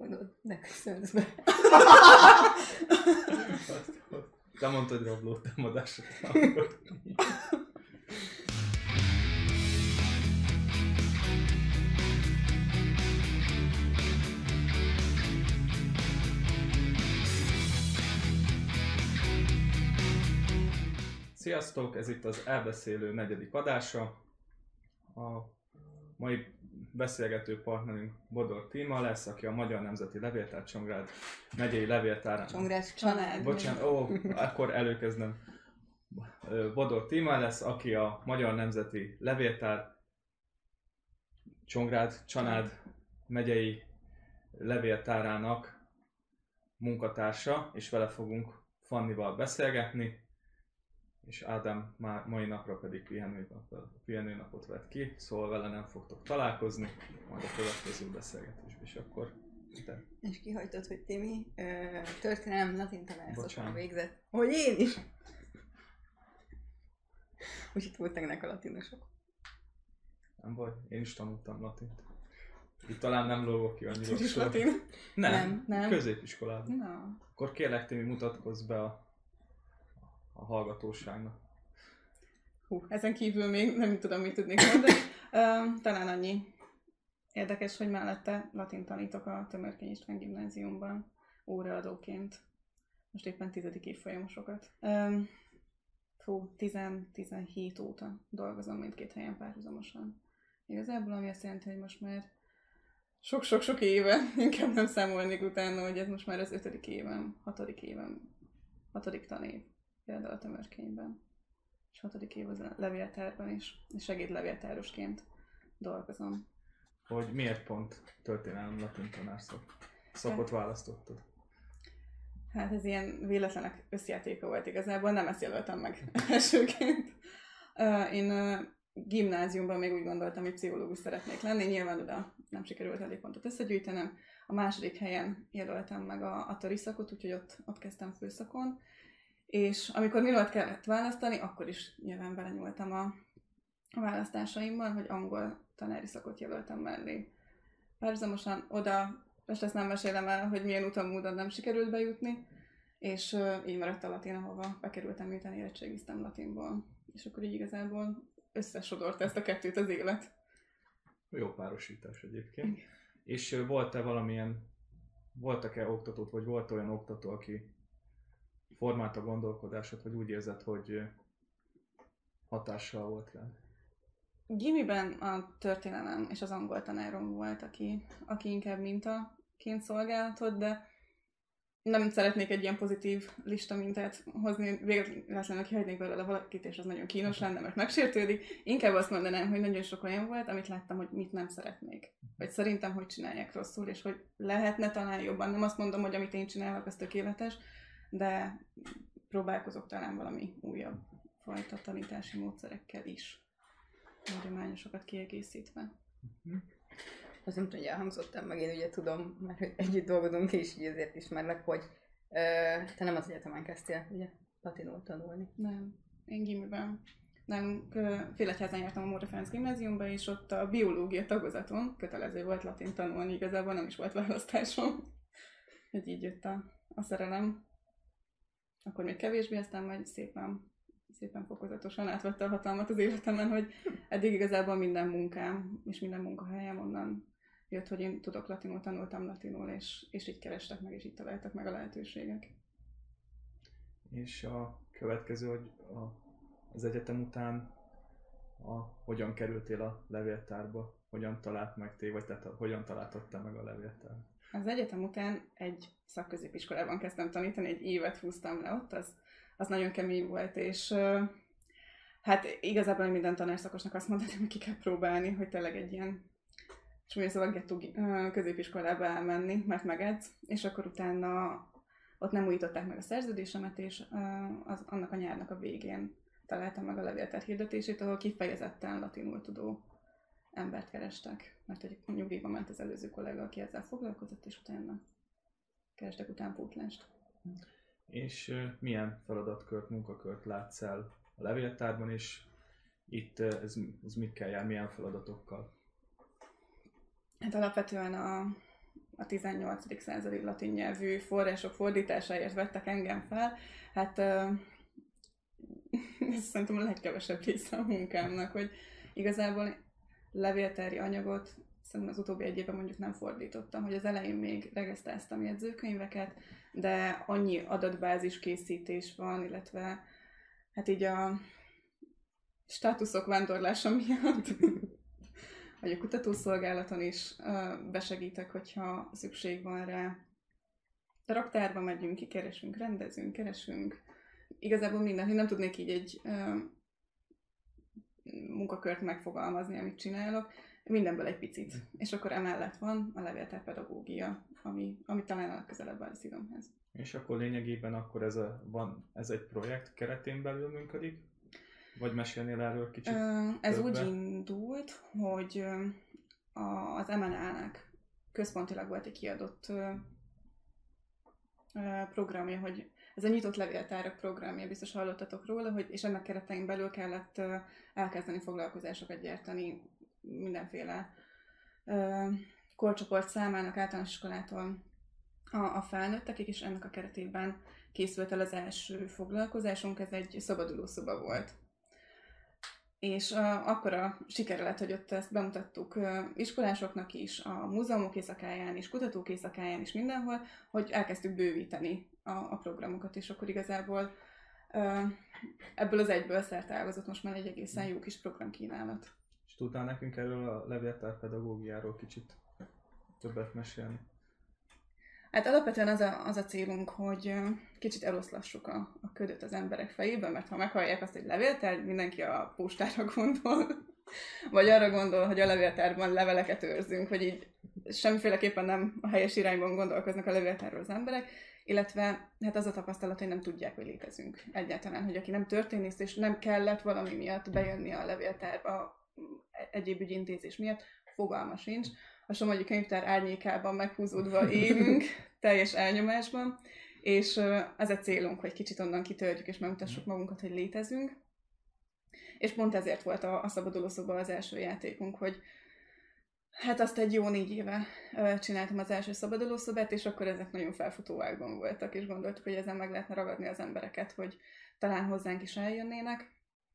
Mondod, ne köszönsz be. Te mondtad, hogy rabló támadásra. Sziasztok, ez itt az Elbeszélő 4. adása. A mai beszélgető partnerünk Bodor Tíma lesz, aki a Magyar Nemzeti Levéltár Csongrád megyei levéltárán... Csongrád család. Bocsánat, akkor előkezdem. Bodor Tíma lesz, aki a Magyar Nemzeti Levéltár Csongrád család megyei levéltárának munkatársa, és vele fogunk Fannival beszélgetni. És Ádám már mai napra pedig pihenőnapot vett ki, szóval vele nem fogtok találkozni, majd a következő beszélgetésben is akkor. De... És kihagytad, hogy Timi történelem latin tanárszakon végzett. Hogy én is! Úgyhogy voltak a latinusok. Nem baj, én is tanultam latint. Itt talán nem lógok ki annyira. Is latin? Nem. Középiskolában. Na. Akkor kérlek, Timi, mutatkozz be a hallgatóságnak. Ezen kívül még nem tudom, mit tudnék mondani. Talán annyi érdekes, hogy mellette latin tanítok a Tömörkény István gimnáziumban óraadóként. Most éppen 10. évfolyamosokat. 17 óta dolgozom mindkét helyen párhuzamosan. Igazából ami azt jelenti, hogy most már sok-sok éve, inkább nem számolnék utána, hogy ez most már az 5. évem, 6. tanév. Például a Tömörkényben, és 6. év az a levéltárban is, és segédlevéltárosként dolgozom. Hogy miért pont történelem latin tanárszakot választottad? Hát ez ilyen véletlenek összjátéka volt igazából, nem ezt jelöltem meg elsőként. Én gimnáziumban még úgy gondoltam, hogy pszichológus szeretnék lenni, nyilván oda nem sikerült elég pontot összegyűjtenem. A 2. helyen jelöltem meg a tori szakot, úgyhogy ott kezdtem főszakon. És amikor minőt kellett választani, akkor is nyilván belenyúltam a választásaimban, hogy angol tanári szakot jelöltem mellé. Párhuzamosan oda, most ezt nem mesélem el, hogy milyen úton módon nem sikerült bejutni, és így maradt a latin, ahova bekerültem, miután érettségiztem latinból. És akkor így igazából összesodort ezt a kettőt az élet. Jó párosítás egyébként. És voltak-e oktatót, vagy volt olyan oktató, aki formált a gondolkodásod, hogy úgy érzed, hogy hatással volt rád? Gimiben a történelem és az angol tanárom volt, aki inkább mintaként szolgálhatott, de nem szeretnék egy ilyen pozitív lista mintát hozni, véletlenül kihagynék belőle valakit, és az nagyon kínos lenne, mert megsértődik. Inkább azt mondanám, hogy nagyon sok olyan volt, amit láttam, hogy mit nem szeretnék. Vagy szerintem, hogy csinálják rosszul, és hogy lehetne talán jobban. Nem azt mondom, hogy amit én csinálok, az tökéletes, de próbálkozok talán valami újabb fajta tanítási módszerekkel is, hagyományosokat kiegészítve. Azt nem tudom, hogy elhangzottam, meg én ugye tudom, mert hogy együtt dolgozunk, és így azért ismerlek, hogy te nem az egyetemen kezdtél, ugye, latinul tanulni. Nem, én gimiben. Nem, Félegyházán jártam a Móra Ferenc gimnáziumba, és ott a biológia tagozaton kötelező volt latin tanulni, igazából nem is volt választásom. Hogy így jött a szerelem. Akkor még kevésbé, aztán majd szépen fokozatosan átvette a hatalmat az életemben, hogy eddig igazából minden munkám és minden munkahelyem onnan jött, hogy én tudok latinul, tanultam latinul, és így kerestek meg, és így találtak meg a lehetőségek. És a következő, hogy az egyetem után hogyan kerültél a levéltárba? Hogyan talált meg te, vagy te hogyan találtad te meg a levéltár? Az egyetem után egy szakközépiskolában kezdtem tanítani, egy évet húztam le ott, az nagyon kemény volt, és hát igazából minden tanárszakosnak azt mondani, hogy ki kell próbálni, hogy tényleg egy ilyen csúnya szóval gettó középiskolába elmenni, mert megedz, és akkor utána ott nem újították meg a szerződésemet, és annak a nyárnak a végén találtam meg a levéltár hirdetését, ahol kifejezetten latinul tudó embert kerestek, mert hogy nyugdíjba ment az előző kollega, aki ezzel foglalkozott, és utána kerestek utánpótlást. És milyen feladatkört, munkakört látsz el a levéltárban, és itt ez mikkel jár, milyen feladatokkal? Hát alapvetően a 18. századi latin nyelvű források fordításáért vettek engem fel, hát ez szerintem a legkevesebb része a munkámnak, hogy igazából levéltári anyagot szerintem az utóbbi egy évben mondjuk nem fordítottam, hogy az elején még regisztráltam jegyzőkönyveket, de annyi adatbázis készítés van, illetve hát így a státuszok vándorlása miatt, vagy a kutatószolgálaton is besegítek, hogyha szükség van rá. A raktárba megyünk ki, keresünk, rendezünk, keresünk. Igazából minden, hogy nem tudnék így egy munkakört megfogalmazni, amit csinálok, mindenből egy picit. És akkor emellett van a levéltárpedagógia, ami talán a legközelebb áll a szívemhez. És akkor lényegében akkor ez egy projekt keretén belül működik? Vagy mesélnél erről kicsit Ez többet? úgy indult, hogy az MNA-nak központilag volt egy kiadott programja, hogy ez a nyitott levéltárak programja, biztos hallottatok róla, és ennek keretein belül kellett elkezdeni foglalkozásokat gyártani mindenféle korcsoport számának általános iskolától a felnőttekig, és ennek a keretében készült el az első foglalkozásunk, ez egy szabadulószoba volt. És akkora sikere lett, hogy ott ezt bemutattuk iskolásoknak is, a múzeumok éjszakáján is, kutatók éjszakáján is, mindenhol, hogy elkezdtük bővíteni a programokat, és akkor igazából ebből az egyből szerteágazott most már egy egészen jó kis programkínálat. És tudnál nekünk erről a levéltárpedagógiáról kicsit többet mesélni? Hát alapvetően az a célunk, hogy kicsit eloszlassuk a ködöt az emberek fejében, mert ha meghallják azt, hogy levéltár, mindenki a postára gondol, vagy arra gondol, hogy a levéltárban leveleket őrzünk, hogy így semmiféleképpen nem a helyes irányban gondolkoznak a levéltárról az emberek, illetve hát az a tapasztalat, hogy nem tudják, hogy létezünk egyáltalán, hogy aki nem történész, és nem kellett valami miatt bejönni a levéltárba egyéb ügyintézés miatt, fogalma sincs. A Somogyi Könyvtár árnyékában meghúzódva élünk, teljes elnyomásban, és ez a célunk, hogy kicsit onnan kitörjük és megmutassuk magunkat, hogy létezünk. És pont ezért volt a Szabadulószoba az első játékunk, hogy hát azt egy jó 4 éve csináltam az első Szabadulószobát, és akkor ezek nagyon felfutó ágban voltak, és gondoltuk, hogy ezen meg lehetne ragadni az embereket, hogy talán hozzánk is eljönnének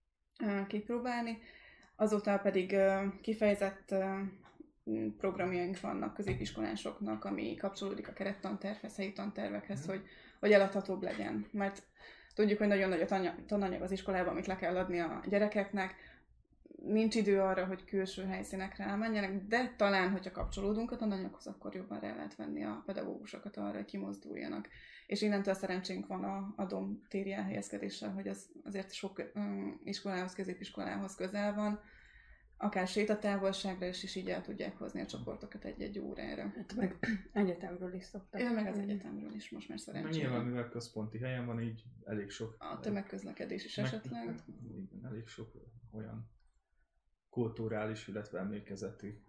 kipróbálni. Azóta pedig kifejezett programjaink vannak középiskolásoknak, ami kapcsolódik a kerettantervhez, helyi tantervekhez, hogy eladhatóbb legyen. Mert tudjuk, hogy nagyon nagy a tananyag az iskolában, amit le kell adni a gyerekeknek, nincs idő arra, hogy külső helyszínekre elmenjenek, de talán, hogyha kapcsolódunk a tananyaghoz, akkor jobban rá lehet venni a pedagógusokat arra, hogy kimozduljanak. És innentől szerencsénk van a DOM téri elhelyezkedéssel, hogy az azért sok iskolához, középiskolához közel van, akár sétatávolságra is így el tudják hozni a csoportokat egy-egy órára. Hát meg egyetemről is szoktak. Meg az egyetemről is most már szerencsére. Nyilván, mivel központi helyen van, így elég sok... A tömegközlekedés is esetleg. Igen, elég sok olyan kulturális, illetve emlékezeti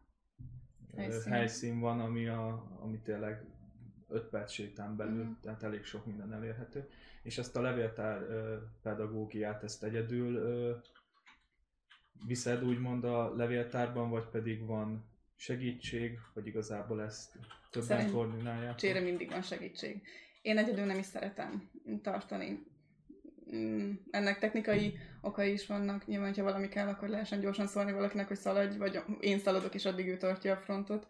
helyszín van, ami tényleg 5 perc sétán belül, tehát elég sok minden elérhető. És ezt a levéltár pedagógiát, ezt egyedül viszed úgymond a levéltárban, vagy pedig van segítség, vagy igazából ezt többen koordinálják? Csére mindig van segítség. Én egyedül nem is szeretem tartani. Ennek technikai okai is vannak. Nyilván, ha valami kell, akkor lehessen gyorsan szólni valakinek, hogy szaladj, vagy én szaladok, és addig ő tartja a frontot.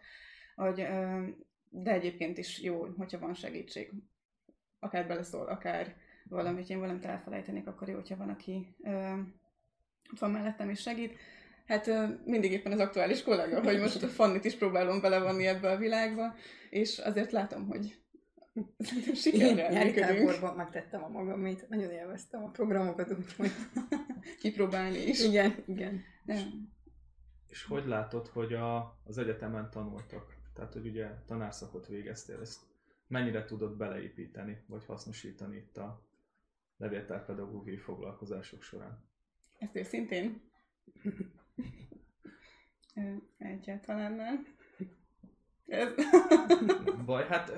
De egyébként is jó, hogyha van segítség. Akár beleszól, akár valamit, én valamit elfelejtenék, akkor jó, hogyha van, aki van mellettem és segít. Hát mindig éppen az aktuális kollega, hogy most a Fannit is próbálom belevonni ebbe a világba, és azért látom, hogy sikerrel nyári működünk. táborban megtettem a magamét, nagyon élveztem a programokat, úgyhogy kipróbálni is. Igen. És hogy látod, hogy az egyetemen tanultak? Tehát, hogy ugye tanárszakot végeztél, ezt mennyire tudod beleépíteni, vagy hasznosítani itt a levéltárpedagógiai foglalkozások során? Ezt őszintén? Egyáltalán nem. Baj, hát...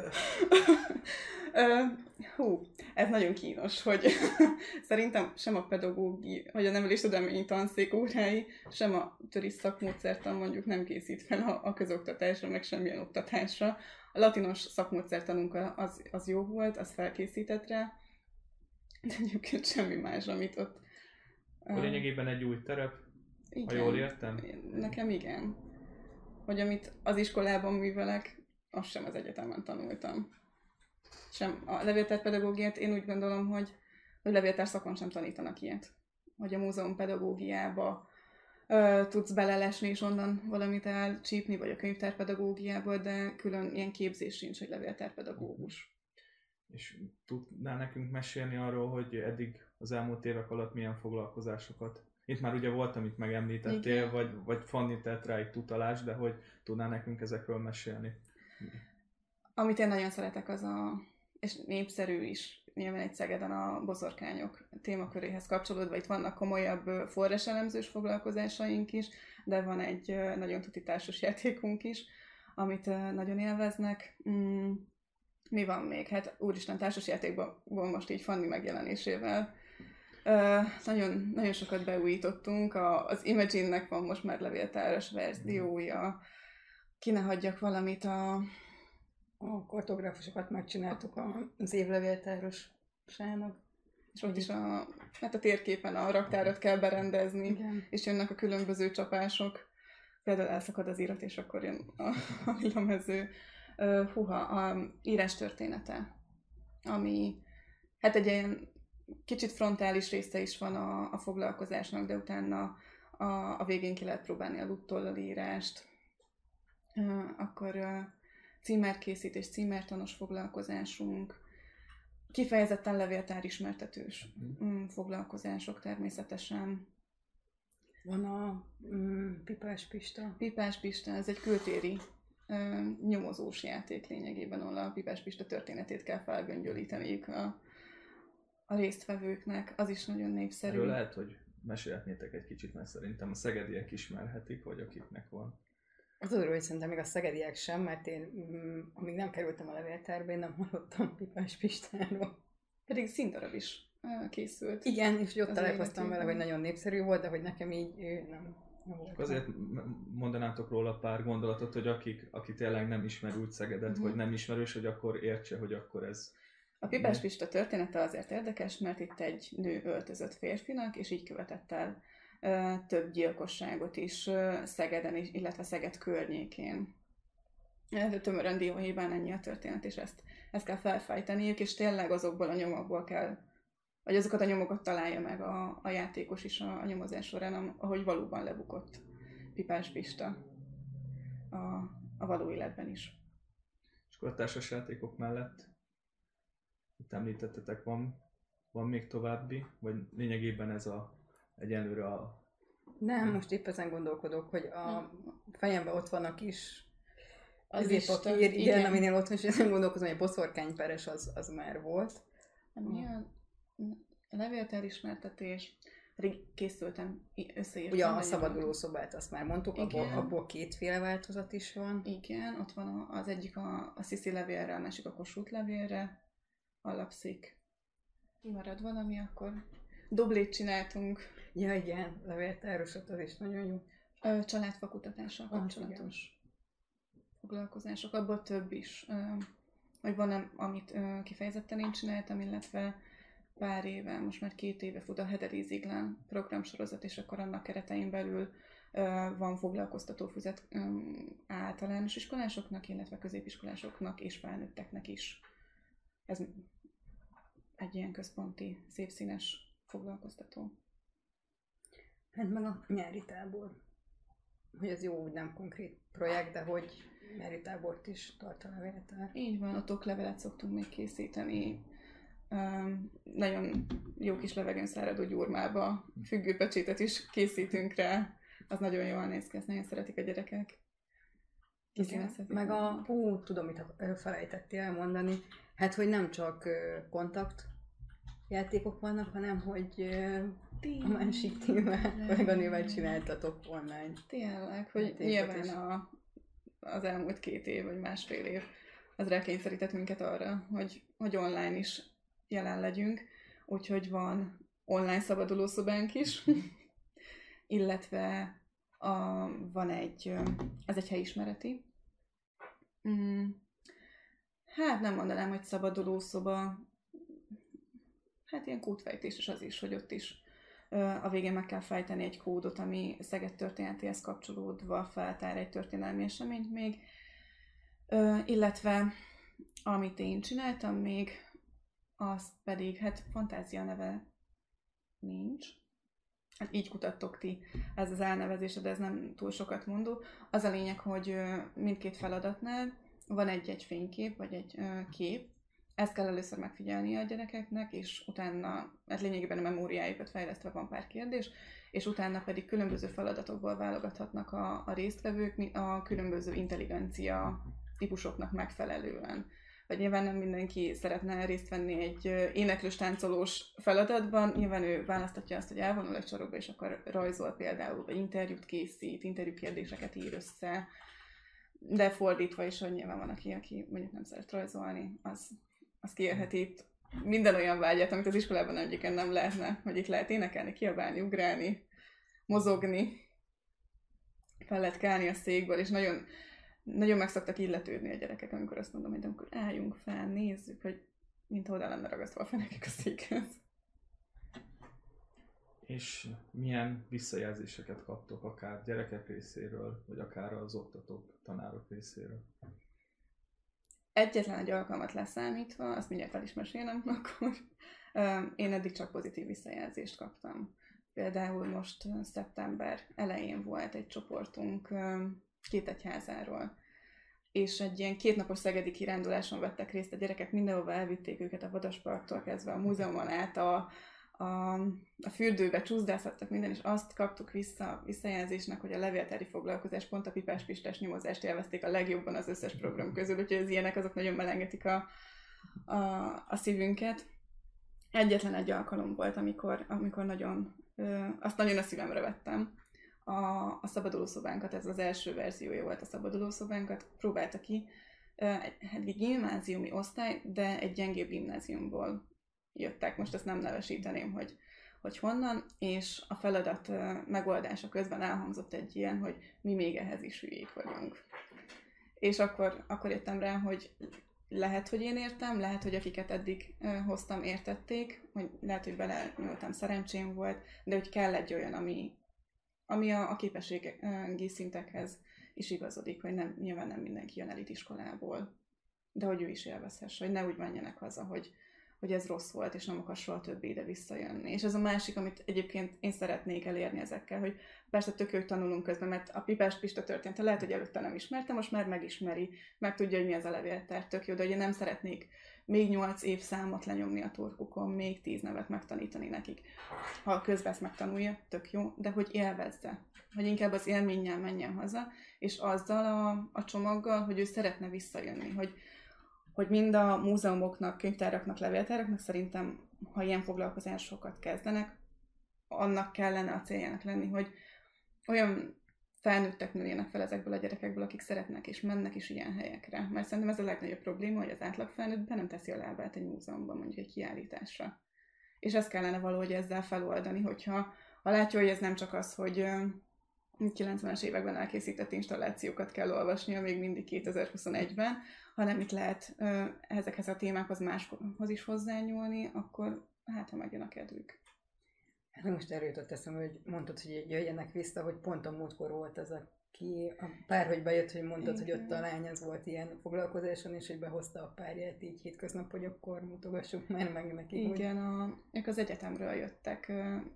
Ez nagyon kínos, hogy szerintem sem a pedagógia, vagy a neveléstudományi tanszék órái, sem a töri szakmódszertan mondjuk nem készít fel a közoktatásra, meg semmilyen oktatásra. A latinos szakmódszertanunk az jó volt, az felkészített rá, de egyébként semmi más, amit ott... A lényegében egy új terep, igen, ha jól értem? Nekem igen. Hogy amit az iskolában művelek, azt sem az egyetemen tanultam. Sem a levéltárpedagógiát én úgy gondolom, hogy levéltár szakon sem tanítanak ilyet. Hogy a múzeum pedagógiába tudsz belelesni és onnan valamit elcsípni, vagy a könyvtárpedagógiába, de külön ilyen képzés sincs, hogy levéltárpedagógus. És tudnál nekünk mesélni arról, hogy eddig az elmúlt évek alatt milyen foglalkozásokat? Itt már ugye volt, amit megemlítettél, vagy Fanni tett rá egy utalás, de hogy tudnál nekünk ezekről mesélni? Amit én nagyon szeretek, és népszerű is, nyilván egy Szegeden a boszorkányok témaköréhez kapcsolódva. Itt vannak komolyabb forráselemzős foglalkozásaink is, de van egy nagyon tuti társasjátékunk is, amit nagyon élveznek. Mi van még? Hát úristen, társasjátékban most így Fanni megjelenésével nagyon, nagyon sokat beújítottunk. Az Imagine-nek van most már levéltáros verziója. Ki ne hagyjak valamit A kartográfusokat megcsináltuk az évlevéltárossának. És ott is a térképen a raktárat kell berendezni, igen. És jönnek a különböző csapások. Például elszakad az irat, és akkor jön a villamező. A írás története, ami hát egy ilyen kicsit frontális része is van a foglalkozásnak, de utána a végén ki lehet próbálni a luttollal írást. Akkor címerkészítés, címertanos foglalkozásunk, kifejezetten levéltárismertetős foglalkozások természetesen. Van a Pipás Pista. Pipás Pista, ez egy kültéri nyomozós játék lényegében, ahol a Pipás Pista történetét kell felgöngyölíteniük a résztvevőknek. Az is nagyon népszerű. Erről lehet, hogy mesélhetnétek egy kicsit, mert szerintem a szegediek ismerhetik, vagy akiknek van. Az arról, hogy szerintem még a szegediek sem, mert én amíg nem kerültem a levéltárba, én nem hallottam Pipás Pistáról. Pedig színdarab is készült. Igen, és ott találkoztam vele, hogy nagyon népszerű volt, de hogy nekem így nem volt. Azért mondanátok róla pár gondolatot, hogy aki tényleg nem ismer úgy Szegedet, vagy nem ismerős, hogy akkor értse, hogy akkor ez... A Pipás Pista története azért érdekes, mert itt egy nő öltözött férfinak, és így követett el több gyilkosságot is Szegeden, illetve Szeged környékén. Tömören dióhéjban ennyi a történet, és ezt kell felfejteniük, és tényleg azokból a nyomokból kell, vagy azokat a nyomokat találja meg a játékos is a nyomozás során, ahogy valóban lebukott Pipás Pista a való életben is. És akkor a társasjátékok mellett, itt említettetek, van még további, vagy lényegében ez egyenlőre a... Nem, most épp ezen gondolkodok, hogy a fejemben ott van a kis papír, igen, aminél ott van, és ezen gondolkozom, hogy a boszorkányperes az már volt. Mi a levéltárismertetés? Pedig készültem, összeírtam. Ugye a szabaduló szobát, azt már mondtuk, abból kétféle változat is van. Igen, ott van az egyik a Sziszi levélre, a másik a Kossuth levélre alapszik. Kimarad valami, akkor doblét csináltunk. Ja, igen, levéltárosat, az is nagyon jó. Családfakutatással kapcsolatos foglalkozások, abból több is. Vagy van, amit kifejezetten én csináltam, illetve pár éve, most már 2 éve fut a Hederi Ziglán programsorozat, és akkor annak keretein belül van foglalkoztatófüzet általános iskolásoknak, illetve középiskolásoknak és felnőtteknek is. Ez egy ilyen központi, szép színes foglalkoztató. Hát meg a nyári tábor. Hogy ez jó, úgy nem konkrét projekt, de hogy nyári tábort is tart a levéltár. Így van, ott oklevelet szoktunk még készíteni. Nagyon jó kis levegőn száradó gyurmába függőpecsétet is készítünk rá. Az nagyon jól néz ki, ezt nagyon szeretik a gyerekek. Meg tudom, mit felejtettél elmondani, hát hogy nem csak kontakt játékok vannak, hanem hogy a másik témát kolléganővel csináltatok online. Tényleg, hogy nyilván az elmúlt 2 év vagy másfél év az rákényszerített minket arra, hogy online is jelen legyünk, úgyhogy van online szabadulószobánk is, illetve van ez egy helyismereti. Hát nem mondanám, hogy szabadulószoba, hát ilyen kódfejtés is az is, hogy ott is a végén meg kell fejteni egy kódot, ami Szeged történetéhez kapcsolódva feltár egy történelmi eseményt még. Illetve amit én csináltam még, az pedig, hát fantázia neve nincs. Hát így kutattok ti, ez az elnevezése, de ez nem túl sokat mondó. Az a lényeg, hogy mindkét feladatnál van egy fénykép, vagy egy kép. Ezt kell először megfigyelni a gyerekeknek, és utána, hát lényegében a memóriájukat fejlesztve van pár kérdés, és utána pedig különböző feladatokból válogathatnak a résztvevők a különböző intelligencia típusoknak megfelelően. Vagy nyilván nem mindenki szeretne részt venni egy éneklős, táncolós feladatban, nyilván ő választatja azt, hogy elvonul egy sorokba, és akkor rajzol például, vagy interjút készít, interjú kérdéseket ír össze, de fordítva is, hogy nyilván van aki mondjuk nem szeret rajzolni, az kiélheti minden olyan vágyat, amit az iskolában egyébként nem lehetne, hogy itt lehet énekelni, kiabálni, ugrálni, mozogni, fel lehet kelni a székből, és nagyon, nagyon meg szoktak illetődni a gyerekek, amikor azt mondom, hogy amikor álljunk fel, nézzük, hogy mint oda lenne ragasztva a fenekek a székhez. És milyen visszajelzéseket kaptok akár gyerekek részéről, vagy akár az oktatók, tanárok részéről? Egyetlen egy alkalmat leszámítva, azt mindjárt el is mesélem akkor, én eddig csak pozitív visszajelzést kaptam. Például most szeptember elején volt egy csoportunk Kétegyházáról, és egy ilyen 2 napos szegedi kiránduláson vettek részt a gyerekek, mindenhova elvitték őket a Vadasparktól kezdve a múzeumon át, a fürdőbe csúszdázhattak minden, és azt kaptuk visszajelzésnek, hogy a levéltári foglalkozás pont a Pipás Pistás nyomozást élvezték a legjobban az összes program közül, úgyhogy az ilyenek azok nagyon melengetik a szívünket. Egyetlen egy alkalom volt, amikor nagyon, azt nagyon a szívemre vettem. A szabadulószobánkat, ez az első verziója volt a szabadulószobánkat, próbálta ki egy gimnáziumi osztály, de egy gyengébb gimnáziumból jöttek, most ezt nem nevesíteném, hogy honnan, és a feladat megoldása közben elhangzott egy ilyen, hogy mi még ehhez is hülyék vagyunk. És akkor jöttem rá, hogy lehet, hogy én értem, lehet, hogy akiket eddig hoztam értették, hogy lehet, hogy belenyúltam, szerencsém volt, de hogy kell egy olyan, ami a képességi szintekhez is igazodik, hogy nyilván nem mindenki jön elit iskolából, de hogy ő is élvezhesse, hogy ne úgy menjenek haza, hogy ez rossz volt, és nem akar soha többé ide visszajönni. És ez a másik, amit egyébként én szeretnék elérni ezekkel, hogy persze tök jó, hogy tanulunk közben, mert a Pipás Pista története lehet, hogy előtte nem ismerte, most már megismeri, meg tudja, hogy mi az a levéltár, tök jó, de ugye nem szeretnék még 8 évszámot lenyomni a torkukon, még 10 nevet megtanítani nekik. Ha közben ezt megtanulja, tök jó, de hogy élvezze, hogy inkább az élménnyel menjen haza, és azzal a csomaggal, hogy ő szeretne visszajönni, hogy mind a múzeumoknak, könyvtáraknak, levéltáraknak szerintem, ha ilyen foglalkozásokat kezdenek, annak kellene a céljának lenni, hogy olyan felnőttek nőjenek fel ezekből a gyerekekből, akik szeretnek és mennek is ilyen helyekre. Mert szerintem ez a legnagyobb probléma, hogy az átlag felnőtt be nem teszi a lábát egy múzeumban, mondjuk egy kiállításra. És ezt kellene valahogy ezzel feloldani, hogyha látja, hogy ez nem csak az, hogy 90-es években elkészített installációkat kell olvasnia még mindig 2021-ben, hanem itt lehet ezekhez a témákhoz máshoz is hozzányúlni, akkor hát ha megjön a kedvük. Hát most erről jutott eszembe, hogy mondtad, hogy jöjjenek vissza, hogy pont a múltkor volt az, aki a pár, hogy bejött, hogy mondtad, hogy ott a lány az volt ilyen foglalkozáson, és hogy behozta a párját így hétköznap, hogy akkor mutogassuk már meg neki. Igen, ők az egyetemről jöttek.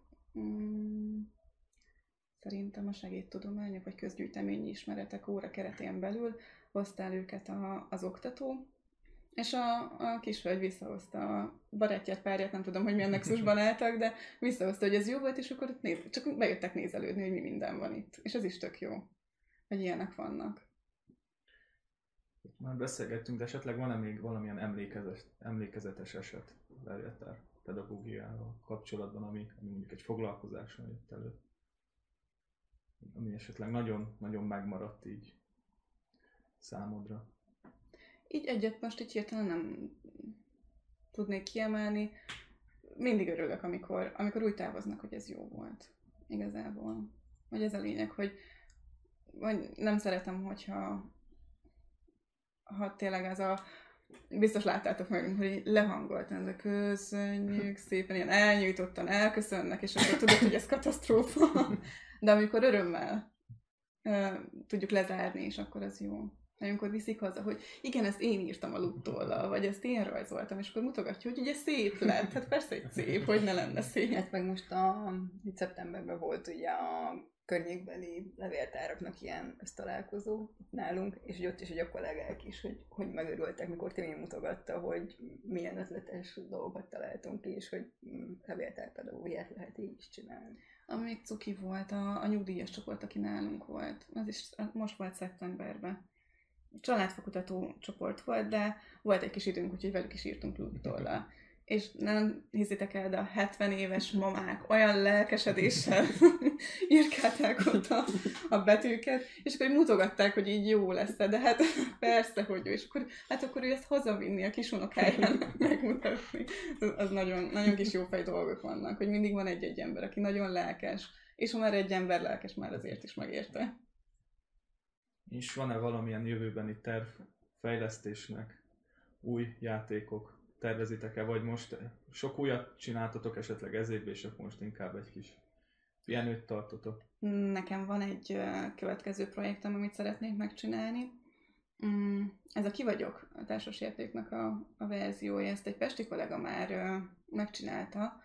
Szerintem a segédtudományok vagy közgyűjteményi ismeretek óra keretén belül hozta el őket az oktató, és a kishölgy visszahozta a barátját, párját, nem tudom, hogy milyen nexusban álltak, de visszahozta, hogy ez jó volt, és akkor csak bejöttek nézelődni, hogy mi minden van itt. És ez is tök jó, hogy ilyenek vannak. Már beszélgettünk, de esetleg van-e még valamilyen emlékezetes eset levéltár pedagógiával kapcsolatban, ami mondjuk egy foglalkozáson jött elő? Ami esetleg nagyon, nagyon megmaradt így számodra? Így egyet most így hirtelen nem tudnék kiemelni. Mindig örülök, amikor úgy távoznak, hogy ez jó volt. Igazából. Hogy ez a lényeg, hogy nem szeretem, hogyha tényleg ez a... Biztos láttátok meg, hogy lehangoltan, de köszönjük szépen, ilyen elnyújtottan elköszönnek, és akkor tudod, hogy ez katasztrófa. De amikor örömmel tudjuk lezárni, és akkor az jó. Amikor viszik haza, hogy igen, ezt én írtam a luktollal, vagy ezt én rajzoltam, és akkor mutogatja, hogy ugye szép lett. Hát persze, hogy szép, hogy ne lenne szép. Hát meg most itt szeptemberben volt ugye a környékbeli levéltáraknak ilyen össztalálkozó nálunk, és hogy ott is, hogy a kollégák is, hogy megörültek, mikor Timi mutogatta, hogy milyen ötletes dolgokat találtunk ki, és hogy levéltárpedagógiát lehet így is csinálni. Ami még cuki volt, a nyugdíjas csoport, aki nálunk volt. Az is most volt szeptemberben. Családfakutató csoport volt, de volt egy kis időnk, úgyhogy velük is írtunk luktollal. És nem hiszitek el, de a 70 éves mamák olyan lelkesedéssel írkálták ott a betűket, és akkor mutogatták, hogy így jó lesz, de hát persze, hogy jó. És akkor ő ezt hazavinni a kisunokájának megmutatni. Az nagyon, nagyon kis jófej dolgok vannak, hogy mindig van egy ember, aki nagyon lelkes, és ha már egy ember lelkes, már azért is megérte. És van-e valamilyen jövőbeni terv fejlesztésnek, új játékok? Tervezitek-e, vagy most sok újat csináltatok esetleg ez évben, és akkor most inkább egy kis pihenőt tartotok? Nekem van egy következő projektem, amit szeretnék megcsinálni. Ez a Ki vagyok, a társasjátéknak a verziója, ezt egy pesti kollega már megcsinálta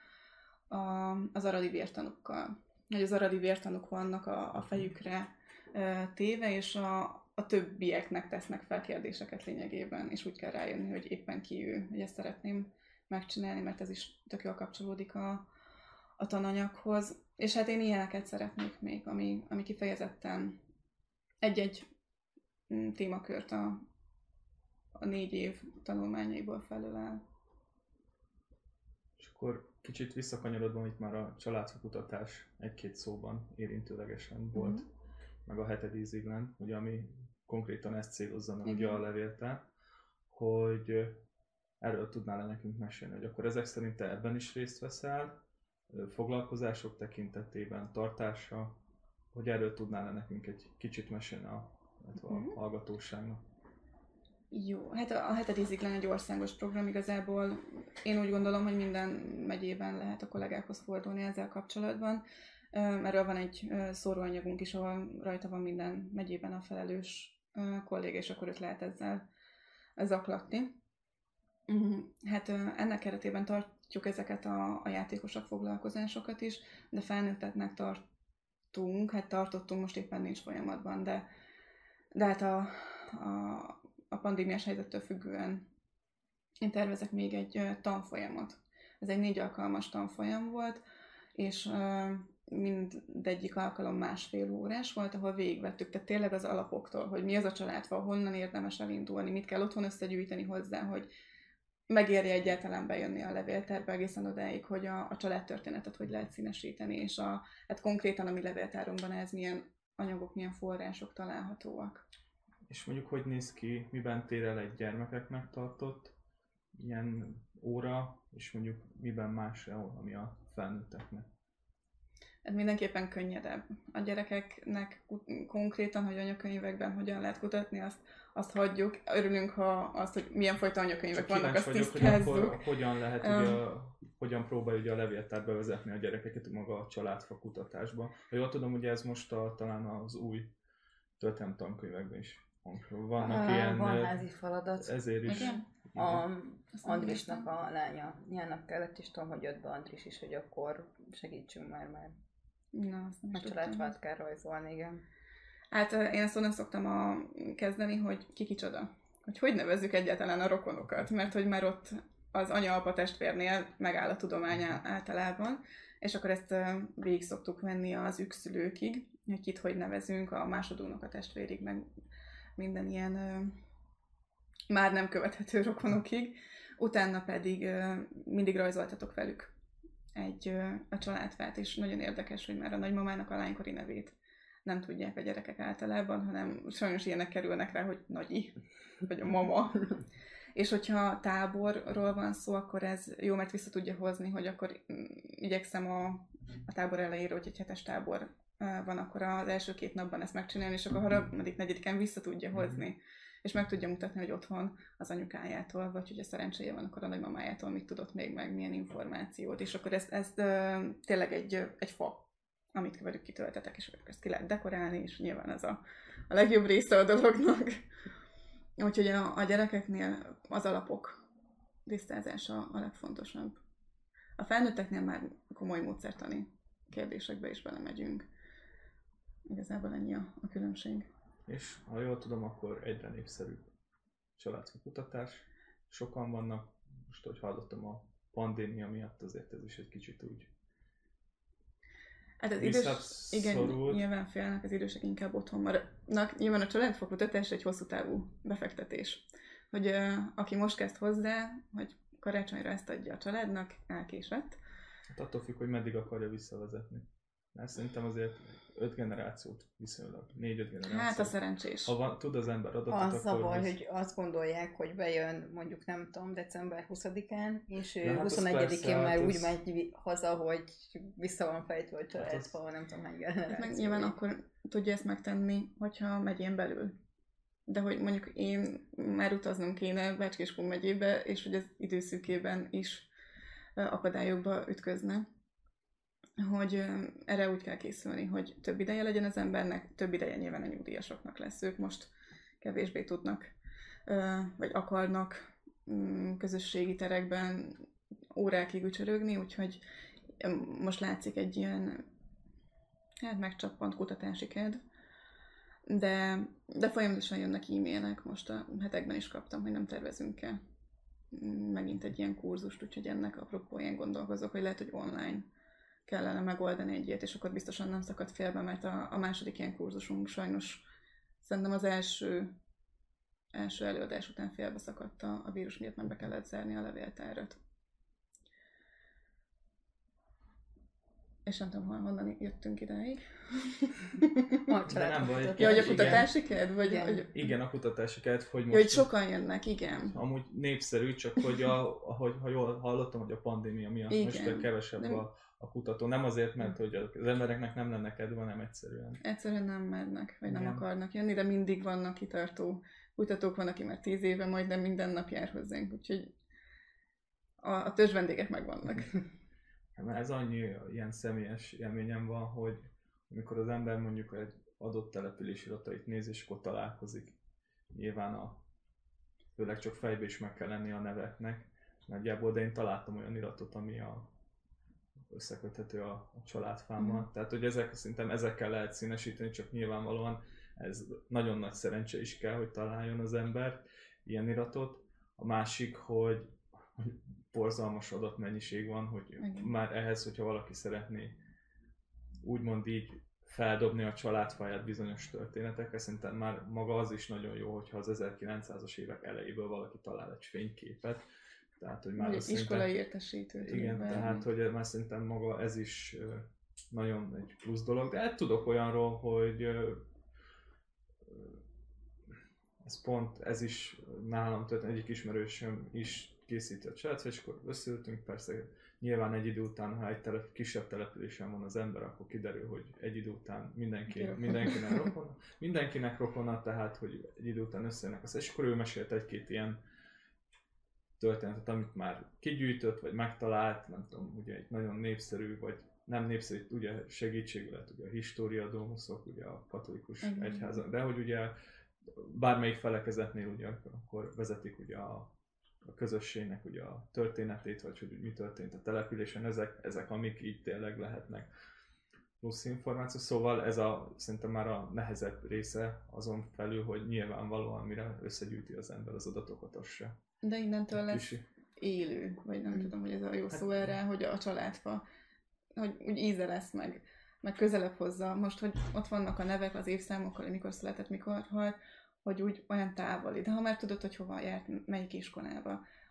az aradi vértanukkal. Hogy az aradi vértanuk vannak a fejükre téve, és a többieknek tesznek fel kérdéseket lényegében, és úgy kell rájönni, hogy éppen ki ő, hogy ezt szeretném megcsinálni, mert ez is tök jól kapcsolódik a tananyaghoz. És hát én ilyeneket szeretnék még, ami kifejezetten egy-egy témakört a 4 év tanulmányaiból felölel. És akkor kicsit visszakanyarodva, amit már a családfakutatás egy-két szóban érintőlegesen volt, meg a 7. íziglen, ugye, ami konkrétan ezt célozza meg ugye a levéltár, hogy erről tudnál nekünk mesélni, hogy akkor ezek szerint te ebben is részt veszel, foglalkozások tekintetében, tartása, hogy erről tudnál nekünk egy kicsit mesélni a hallgatóságnak. Jó, hát a 7. íziglen egy országos program igazából. Én úgy gondolom, hogy minden megyében lehet a kollégákhoz fordulni ezzel kapcsolatban. Erről van egy szóróanyagunk is, ahol rajta van minden megyében a felelős kolléga, és akkor őt lehet ezzel zaklatni. Hát ennek keretében tartjuk ezeket a játékosabb foglalkozásokat is, de felnőtteknek tartottunk, most éppen nincs folyamatban, de hát a pandémiás helyzettől függően én tervezek még egy tanfolyamot. Ez egy 4 alkalmas tanfolyam volt, és mindegyik alkalom 1,5 órás volt, ahol végigvettük, tehát tényleg az alapoktól, hogy mi az a családfa, honnan érdemes elindulni, mit kell otthon összegyűjteni hozzá, hogy megérje egyáltalán bejönni a levéltárba egészen odáig, hogy a családtörténetet hogy lehet színesíteni, és hát konkrétan a mi levéltárunkban ez milyen anyagok, milyen források találhatóak. És mondjuk, hogy néz ki, miben tér el egy gyermekeknek tartott ilyen óra, és mondjuk miben más, ami a felnőtteknek? Ez mindenképpen könnyedebb. A gyerekeknek konkrétan, hogy anyakönyvekben hogyan lehet kutatni, azt hagyjuk. Örülünk, hogy milyen fajta anyakönyvek vannak, azt tisztázzuk. Akkor hogyan lehet, hogyan próbálja ugye a levéltár bevezetni a gyerekeket maga a családfa kutatásba. Ha jól tudom, ugye ez most talán az új történelmi tankönyvekben is vannak ilyen... Van házi feladat. Ezért is. Igen? Andrisnak a lánya. Nyának kellett, és tudom, hogy jött be Andris is, hogy akkor segítsünk már. Na, azt nem a családfát kell rajzolni, igen. Hát én ezt onnan szoktam kezdeni, hogy ki kicsoda. Hogy nevezzük egyáltalán a rokonokat, mert hogy már ott az anya-apa testvérnél megáll a tudomány általában, és akkor ezt végig szoktuk venni az ükszülőkig, hogy kit hogy nevezünk, a másodunok a testvérig, meg minden ilyen már nem követhető rokonokig. Utána pedig mindig rajzoltatok velük a családfát, és nagyon érdekes, hogy már a nagymamának a lánykori nevét nem tudják a gyerekek általában, hanem sajnos ilyenek kerülnek rá, hogy nagyi, vagy a mama. És hogyha táborról van szó, akkor ez jó, mert vissza tudja hozni, hogy akkor igyekszem a tábor elejére, hogy egy hetes tábor van, akkor az első 2 napban ezt megcsinálni, és akkor a harmadik, negyediken vissza tudja hozni. És meg tudja mutatni, hogy otthon az anyukájától, vagy hogyha szerencséje van, akkor a nagymamájától mit tudott még meg, milyen információt. És akkor ez tényleg egy fa, amit velük kitöltetek, és ezt ki lehet dekorálni, és nyilván ez a legjobb része a dolognak. Úgyhogy a gyerekeknél az alapok tisztázása a legfontosabb. A felnőtteknél már komoly módszertani kérdésekbe is belemegyünk. Igazából ennyi a különbség. És ha jól tudom, akkor egyre népszerűbb családkutatás. Sokan vannak, most hogy hallottam a pandémia miatt, azért ez is egy kicsit úgy hát az igen, nyilván félnek, az idősek inkább otthon maradnak. Nyilván a családfakutatás egy hosszú távú befektetés. Hogy aki most kezd hozzá, hogy karácsonyra ezt adja a családnak, elkésett. Hát attól függ, hogy meddig akarja visszavezetni. Mert szerintem azért 5 generációt viszonylag, 4-5 generációt. Hát a szerencsés. Ha tud az ember adatot, az akkor... Az hogy azt gondolják, hogy bejön mondjuk nem tudom, december 20-án, és ja, 21-én már úgy megy haza, hogy vissza van fejtve a családfa, hát nem tudom hány generáció. Meg nyilván akkor tudja ezt megtenni, hogyha megyén belül. De hogy mondjuk én már utaznom kéne Bács-Kiskun megyébe, és hogy az időszűkében is akadályokba ütközne. Hogy erre úgy kell készülni, hogy több ideje legyen az embernek, több ideje nyilván a nyugdíjasoknak lesz. Ők most kevésbé tudnak, vagy akarnak közösségi terekben órákig ücsörögni, úgyhogy most látszik egy ilyen megcsappant kutatási kedv. De folyamatosan jönnek e-mailek, most a hetekben is kaptam, hogy nem tervezünk-e megint egy ilyen kurzust, úgyhogy ennek apropóján gondolkozok, hogy lehet, hogy online kellene megoldani egy ilyet, és akkor biztosan nem szakad félbe, mert a második ilyen kurzusunk sajnos szerintem az első előadás után félbe szakadt a vírus miatt, nem be kellett zárni a levéltárat. És nem tudom, honnan jöttünk idáig. Nem baj. Ja, hogy a kutatási kedv? Igen, a kutatási kedv, hogy most... Ja, hogy sokan jönnek, igen. Amúgy népszerű, csak hogy ha jól hallottam, hogy a pandémia miatt igen. Most kevesebb a kutató. Nem azért, mert hogy az embereknek nem lenne kedve, hanem egyszerűen. Egyszerűen nem mernek, vagy nem akarnak jönni, de mindig vannak kitartó kutatók, van, aki már 10 éve majdnem minden nap jár hozzánk, úgyhogy a törzs vendégek megvannak. Mert ez annyi ilyen személyes élményem van, hogy amikor az ember mondjuk egy adott település iratait néz, és akkor találkozik. Nyilván főleg csak fejbe is meg kell lenni a neveknek. Nagyjából, de én találtam olyan iratot, ami összeköthető a családfámmal. Tehát, hogy szerintem ezekkel lehet színesíteni, csak nyilvánvalóan ez nagyon nagy szerencse is kell, hogy találjon az ember ilyen iratot. A másik, hogy borzalmas adatmennyiség van, hogy igen. Már ehhez, hogyha valaki szeretné úgymond így feldobni a családfáját bizonyos történetekre, szerintem már maga az is nagyon jó, hogyha az 1900-as évek elejéből valaki talál egy fényképet. Tehát, hogy már iskolai értesítőt. Igen, tehát, hogy már szerintem maga ez is nagyon egy plusz dolog. De hát tudok olyanról, hogy ez is nálam történt, egyik ismerősöm is készíti a családfa, és akkor összeültünk, persze nyilván egy idő után, ha egy kisebb településen van az ember, akkor kiderül, hogy egy idő után mindenkinek rokona, tehát hogy egy idő után összejönnek és akkor ő mesélt egy-két ilyen történetet, amit már kigyűjtött, vagy megtalált, nem tudom, ugye egy nagyon népszerű, vagy nem népszerű, ugye segítségül lett ugye a Historiadomusok, ugye a katolikus egyházak, de hogy ugye bármelyik felekezetnél ugye akkor vezetik ugye a közösségnek ugye a történetét, vagy hogy mi történt a településen, ezek amik így tényleg lehetnek plusz információ. Szóval ez szerintem már a nehezebb része azon felül, hogy nyilvánvalóan mire összegyűjti az ember az adatokat, az se. De innentől lesz élő, vagy nem tudom, hogy ez a jó szó erre, hogy a családfa, hogy úgy íze lesz meg közelebb hozza. Most, hogy ott vannak a nevek az évszámokkal, mikor született, mikor halt, hogy úgy olyan távoli. De ha már tudod, hogy hova járt, melyik iskolába,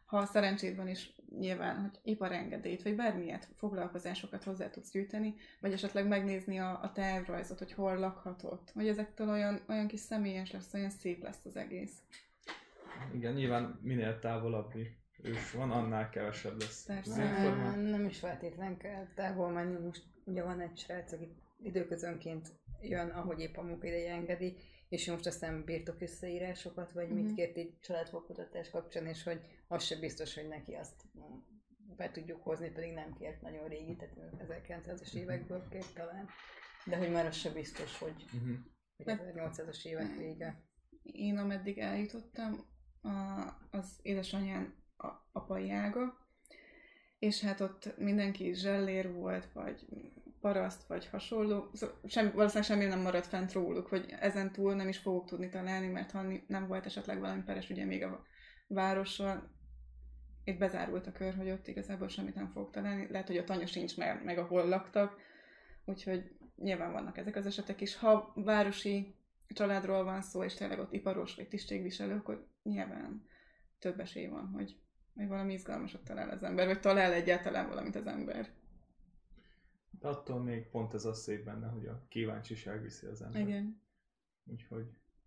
ha szerencséd van is nyilván, hogy iparengedélyt, vagy bármilyen foglalkozásokat hozzá tudsz gyűjteni, vagy esetleg megnézni a tervrajzot, hogy hol lakhatott, hogy ezektől olyan kis személyes lesz, olyan szép lesz az egész. Igen, nyilván minél távolabbi ős van, annál kevesebb lesz. Nem is feltétlen kell távol menni. Most ugye van egy srác, aki időközönként jön, ahogy épp a munkaideje engedi, és most aztán birtok összeírásokat, vagy mit kért így családfogkutatás kapcsán, és hogy az sem biztos, hogy neki azt be tudjuk hozni, pedig nem kért nagyon régi, tehát 1900-as évekből kért talán. De hogy már az sem biztos, hogy 1800-as évek vége. Én ameddig eljutottam, az édesanyám apai ága, és hát ott mindenki zsellér volt, vagy paraszt, vagy hasonló. Valószínűleg semmi nem maradt fent róluk, hogy ezen túl nem is fogok tudni találni, mert ha nem volt esetleg valami peres ugye még a várossal, itt bezárult a kör, hogy ott igazából semmit nem fogok találni. Lehet, hogy ott anya sincs meg ahol laktak, úgyhogy nyilván vannak ezek az esetek is. Ha városi családról van szó, és tényleg ott iparos vagy tisztségviselő, akkor nyilván több esély van, hogy valami izgalmasat talál az ember, vagy talál egyáltalán valamit az ember. De attól még pont ez az szép benne, hogy a kíváncsiság viszi az ember. Igen. Úgyhogy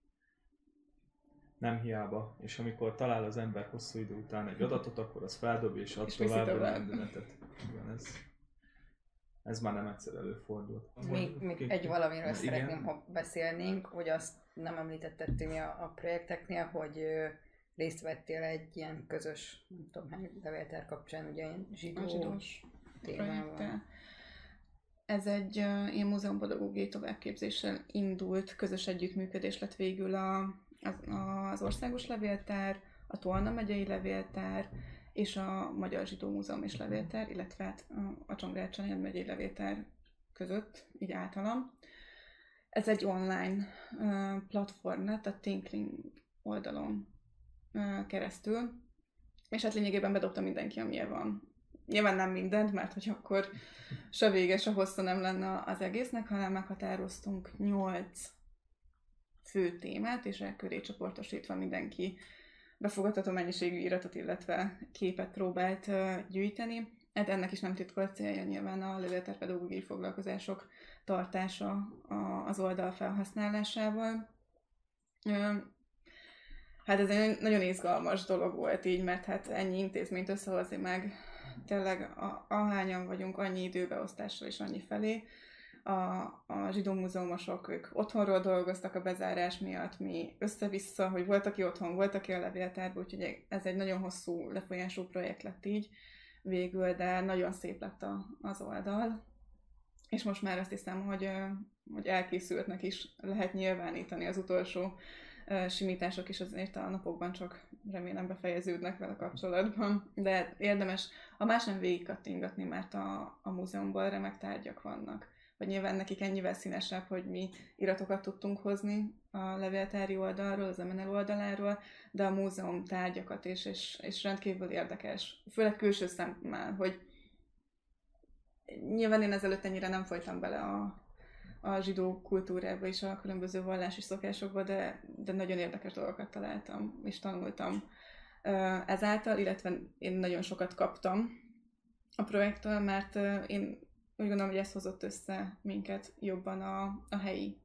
nem hiába. És amikor talál az ember hosszú idő után egy adatot, akkor az feldobja és ad tovább a lendületet. Igen, ez már nem egyszer előfordult. Még egy valamiről szeretném, ha beszélnénk, hogy azt nem említetted Timi a projekteknél, hogy részt vettél egy ilyen közös, nem tudom hány levéltár kapcsán, ugye ilyen zsidós témával. Ez egy ilyen múzeumpedagógiai továbbképzéssel indult, közös együttműködés lett végül az Országos Levéltár, a Tolna megyei levéltár és a Magyar Zsidó Múzeum és Levéltár, illetve hát a Csongrád megyei levéltár között, így általam. Ez egy online platform lett a Tinkling oldalon keresztül, és hát lényegében bedobta mindenki, amilyen van. Nyilván nem mindent, mert hogy akkor se vége, se hossza nem lenne az egésznek, hanem meghatároztunk 8 fő témát, és köré csoportosítva mindenki befogadható mennyiségű iratot, illetve képet próbált gyűjteni. Hát ennek is nem titkolt célja nyilván a levéltárpedagógiai foglalkozások tartása az oldal felhasználásával. Hát ez egy nagyon izgalmas dolog volt így, mert hát ennyi intézményt összehozni meg, tényleg ahányan vagyunk annyi időbeosztással és annyi felé. A zsidó múzeumosok, ők otthonról dolgoztak a bezárás miatt, mi össze-vissza, hogy volt, aki otthon, volt, aki a levéltárban, úgyhogy ez egy nagyon hosszú lefolyású projekt lett így végül, de nagyon szép lett az oldal. És most már azt hiszem, hogy elkészültnek is lehet nyilvánítani az utolsó simítások is azért a napokban csak remélem befejeződnek vele kapcsolatban, de érdemes a más nem végigkattingatni, mert a múzeumban remek tárgyak vannak. Vagy nyilván nekik ennyivel színesebb, hogy mi iratokat tudtunk hozni a levéltári oldalról, az MNL oldaláról, de a múzeum tárgyakat is, és rendkívül érdekes. Főleg külső szemmel, hogy nyilván én ezelőtt ennyire nem folytam bele a zsidó kultúrába és a különböző vallási szokásokba, de nagyon érdekes dolgokat találtam és tanultam ezáltal, illetve én nagyon sokat kaptam a projektől, mert én úgy gondolom, hogy ez hozott össze minket jobban a helyi,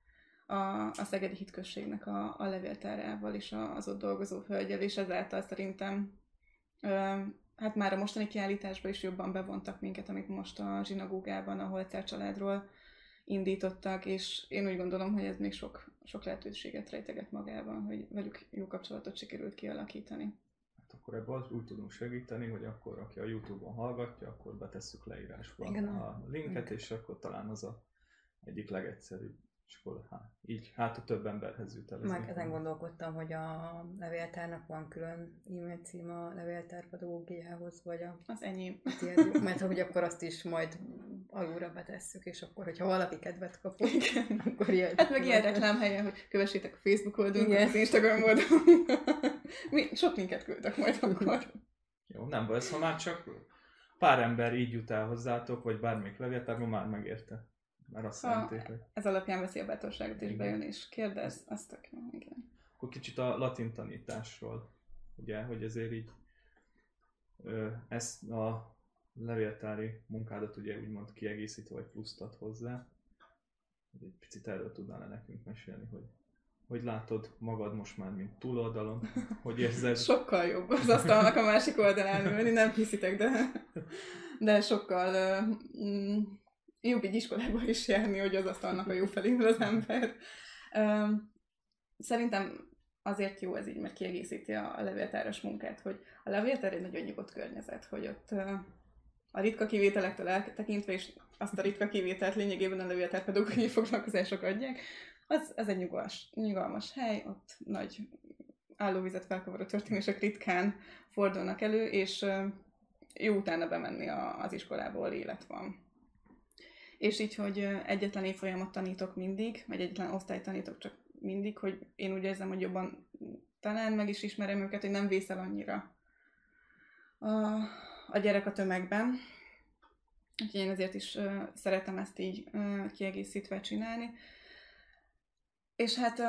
a Szegedi Hitközségnek a levéltárával és az ott dolgozó hölgyel, és ezáltal szerintem hát már a mostani kiállításban is jobban bevontak minket, amit most a zsinagógában, a Holzer családról indítottak, és én úgy gondolom, hogy ez még sok lehetőséget rejteget magában, hogy velük jó kapcsolatot sikerült kialakítani. Hát akkor ebből úgy tudunk segíteni, hogy akkor, aki a YouTube-on hallgatja, akkor betesszük leírásba a linket, és akkor talán az a egyik legegyszerűbb. És akkor hát a több emberhez jut el. Meg ezen gondolkodtam, hogy a levéltárnak van külön e-mail cím a levéltárpedagógiához, vagy az enyém. Mert hogy akkor azt is majd alulra betesszük, és akkor, hogyha valaki kedvet kapott, akkor ilyen. Hát meg ilyen reklámhelyen, hogy kövessétek a Facebook oldalunkat, az Instagram oldalunkat. Sok linket küldök majd akkor. Jó, nem baj, ha már csak pár ember így jut el hozzátok, vagy bármelyik levéltárban már megérte. Mert azt jelenti, hogy... Ez alapján veszi a bátorságot és bejön és kérdez, azt tök jó, igen. Akkor kicsit a latin tanításról, ugye, hogy ezért így ezt a levéltári munkádat ugye úgymond kiegészítve, vagy pluszt ad hozzá. Egy picit erről tudnál nekünk mesélni, hogy látod magad most már, mint túloldalon? Hogy érzed? Sokkal jobb az asztalnak a másik oldalán ülni, nem hiszitek, de sokkal jobb egy iskolába is járni, hogy az asztalnak a jó felé az ember. Szerintem azért jó ez így, mert kiegészíti a levéltáros munkát, hogy a levéltár egy nagyon nyugodt környezet, hogy ott a ritka kivételektől eltekintve, és azt a ritka kivételt lényegében a levéltár pedagógiai foglalkozások adják, az egy nyugalmas hely, ott nagy állóvizet felkavaró történések ritkán fordulnak elő, és jó utána bemenni az iskolába, ahol élet van. És így, hogy egyetlen évfolyamot tanítok mindig, vagy egyetlen osztályt tanítok csak mindig, hogy én úgy érzem, hogy jobban talán meg is ismerem őket, hogy nem vészel annyira a gyerek a tömegben. Úgyhogy én ezért is szeretem ezt így kiegészítve csinálni. És hát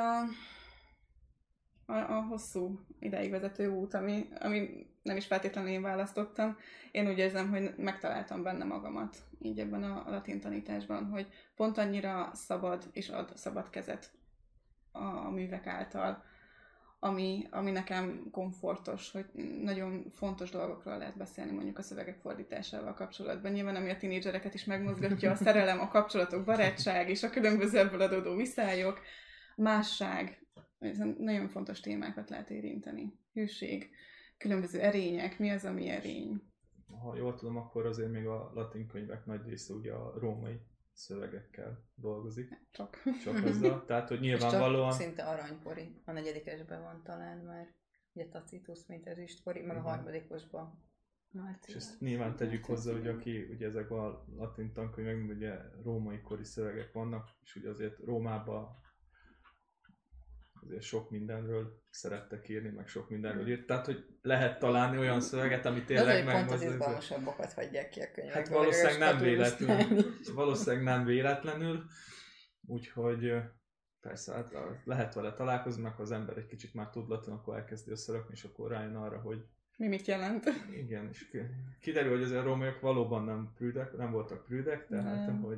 a hosszú ideig vezető út, ami nem is feltétlenül én választottam, én úgy érzem, hogy megtaláltam benne magamat így ebben a latin tanításban, hogy pont annyira szabad és ad szabad kezet a művek által, ami nekem komfortos, hogy nagyon fontos dolgokról lehet beszélni, mondjuk a szövegek fordításával kapcsolatban. Nyilván ami a tinédzsereket is megmozgatja, a szerelem, a kapcsolatok, barátság és a különböző ebből adódó viszályok, másság, nagyon fontos témákat lehet érinteni. Hűség, különböző erények, mi az, ami erény. Ha jól tudom, akkor azért még a latin könyvek nagy része ugye a római szövegekkel dolgozik. Csak azzal. Tehát, hogy nyilvánvalóan... szinte aranykori. A negyedikesben van talán már, ugye Tacitus, mint ezüstkori, meg a harmadikosban. És ezt nyilván tegyük hozzá, hogy aki ugye ezekben a latin tankönyvekben ugye római kori szövegek vannak, és ugye azért Rómában azért sok mindenről szerettek írni, meg sok mindenről írt. Tehát, hogy lehet találni olyan szöveget, ami tényleg megmozdítja. Pont az izgalmasabbakat hagyják ki a könyvekből. Hát valószínűleg nem véletlenül. Úgyhogy persze, hát lehet vele találkozni, meg ha az ember egy kicsit már tudlatlan, akkor elkezdi összerakni, és akkor rájön arra, hogy mi mit jelent. Igen, és kiderül, hogy azért a rómaiak valóban nem voltak prűdek, tehát hogy...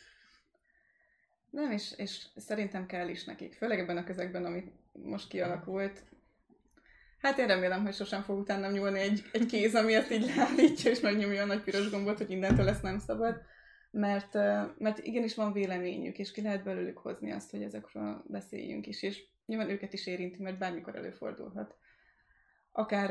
Nem, és szerintem kell is nekik. Főleg ebben a közegben, ami most kialakult. Hát én remélem, hogy sosem fog utánam nyúlni egy kéz, ami ezt így leállítja, és megnyomja a nagy piros gombot, hogy innentől ezt nem szabad. Mert igenis van véleményük, és ki lehet belőlük hozni azt, hogy ezekről beszéljünk is, és nyilván őket is érinti, mert bármikor előfordulhat. Akár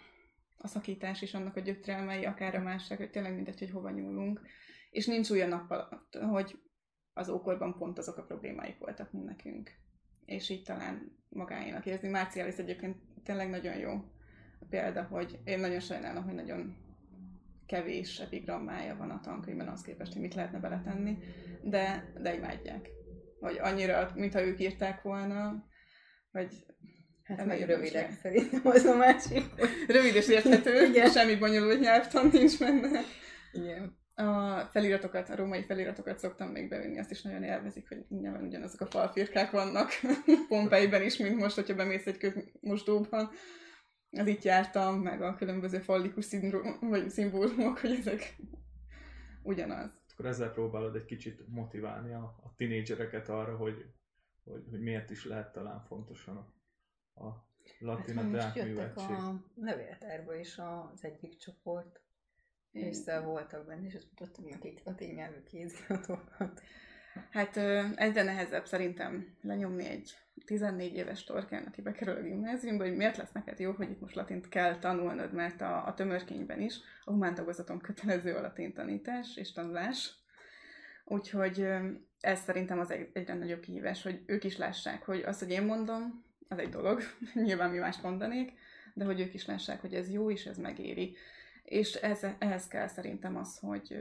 a szakítás is annak a gyötrelmei, akár a másság, hogy tényleg mindegy, hogy hova nyúlunk. És nincs olyan nap alatt, hogy az ókorban pont azok a problémáik voltak, mint nekünk. És így talán magáénak érezni. Martialis egyébként tényleg nagyon jó példa, hogy én nagyon sajnálom, hogy nagyon kevés epigrammája van a tankönyvben az képest, hogy mit lehetne beletenni, de imádják. Hogy annyira, mintha ők írták volna, hogy... Hát meg rövidek szerintem az a másik. Rövid és érthető, igen. Semmi bonyolult nyelvtan nincs benne. Igen. A római feliratokat szoktam még bevinni, azt is nagyon élvezik, hogy nyilván ugyanazok a falfirkák vannak Pompeiben is, mint most, hogyha bemész egy közmosdóban. Az itt jártam, meg a különböző fallikus szimbólumok, hogy ezek ugyanaz. Akkor ezzel próbálod egy kicsit motiválni a tinédzsereket arra, hogy miért is lehet talán fontosan a latin, a deákművegység. A levéltárből is az egyik csoport. Észre voltak benne, és azt mutattuk nekik latin nyelvű kéziratokat. Hát egyre nehezebb szerintem lenyomni egy 14 éves torkán, aki bekerül a gimnáziumba, hogy miért lesz neked jó, hogy itt most latint kell tanulnod, mert a tömörkényben is a humántagozaton kötelező a latin tanítás és tanulás. Úgyhogy ez szerintem az egyre nagyobb kihívás, hogy ők is lássák, hogy az, hogy én mondom, az egy dolog, nyilván mi mást mondanék, de hogy ők is lássák, hogy ez jó és ez megéri. És ehhez kell szerintem az, hogy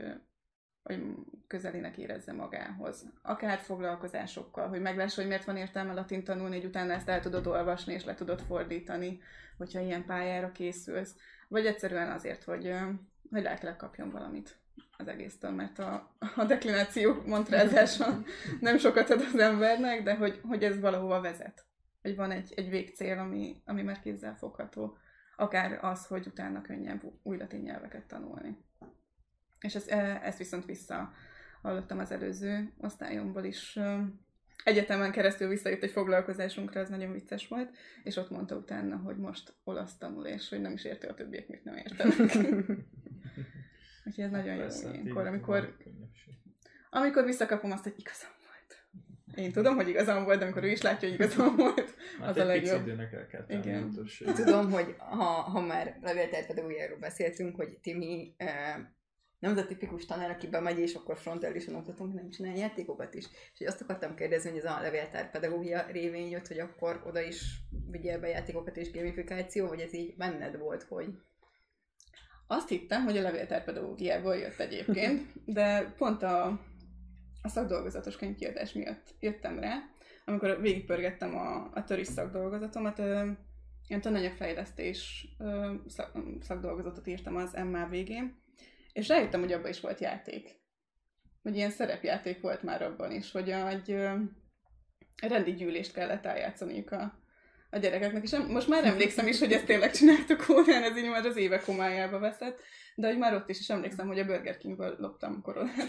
közelének érezze magához. Akár foglalkozásokkal, hogy meglássa, hogy miért van értelme latin tanulni, hogy utána ezt el tudod olvasni és le tudod fordítani, hogyha ilyen pályára készülsz. Vagy egyszerűen azért, hogy lelkileg kapjon valamit az egésztől, mert a deklináció montrázása nem sokat ad az embernek, de hogy ez valahova vezet. Hogy van egy végcél, ami már kézzelfogható. akár az, hogy utána könnyebb új latin nyelveket tanulni. És ezt viszont hallottam az előző osztályomból is. Egyetemen keresztül visszajött egy foglalkozásunkra, ez nagyon vicces volt, és ott mondta utána, hogy most olasz tanul, és hogy nem is érti a többiek, mit nem értenek. Úgyhogy ez nagyon jó ilyenkor, amikor visszakapom azt, hogy igazam volt. Én tudom, hogy igazam volt, de amikor ő is látja, hogy igazam volt, az a legjobb. Igen. Tudom, hogy ha már levéltárpedagógiáról beszéltünk, hogy Timi nem az a tipikus tanár, aki bemegy, és akkor frontálisan oktatunk, nem csinál játékokat is. És azt akartam kérdezni, hogy ez a levéltárpedagógia révén jött, hogy akkor oda is vigyél be játékokat és gamifikáció, vagy ez így benned volt, hogy... Azt hittem, hogy a levéltárpedagógiából jött egyébként, de pont a szakdolgozatos könyvkiadás miatt jöttem rá, amikor végigpörgettem a töris szakdolgozatomat, ilyen tananyagfejlesztés szakdolgozatot írtam az MA végén, és rájöttem, hogy abban is volt játék. Hogy ilyen szerepjáték volt már abban is, hogy egy rendi gyűlést kellett eljátszaniuk a gyerekeknek. És most már emlékszem is, hogy ezt tényleg csináltuk volna, ez így már az évek homályába veszett, de hogy már ott is emlékszem, hogy a Burger Kingből loptam koronát.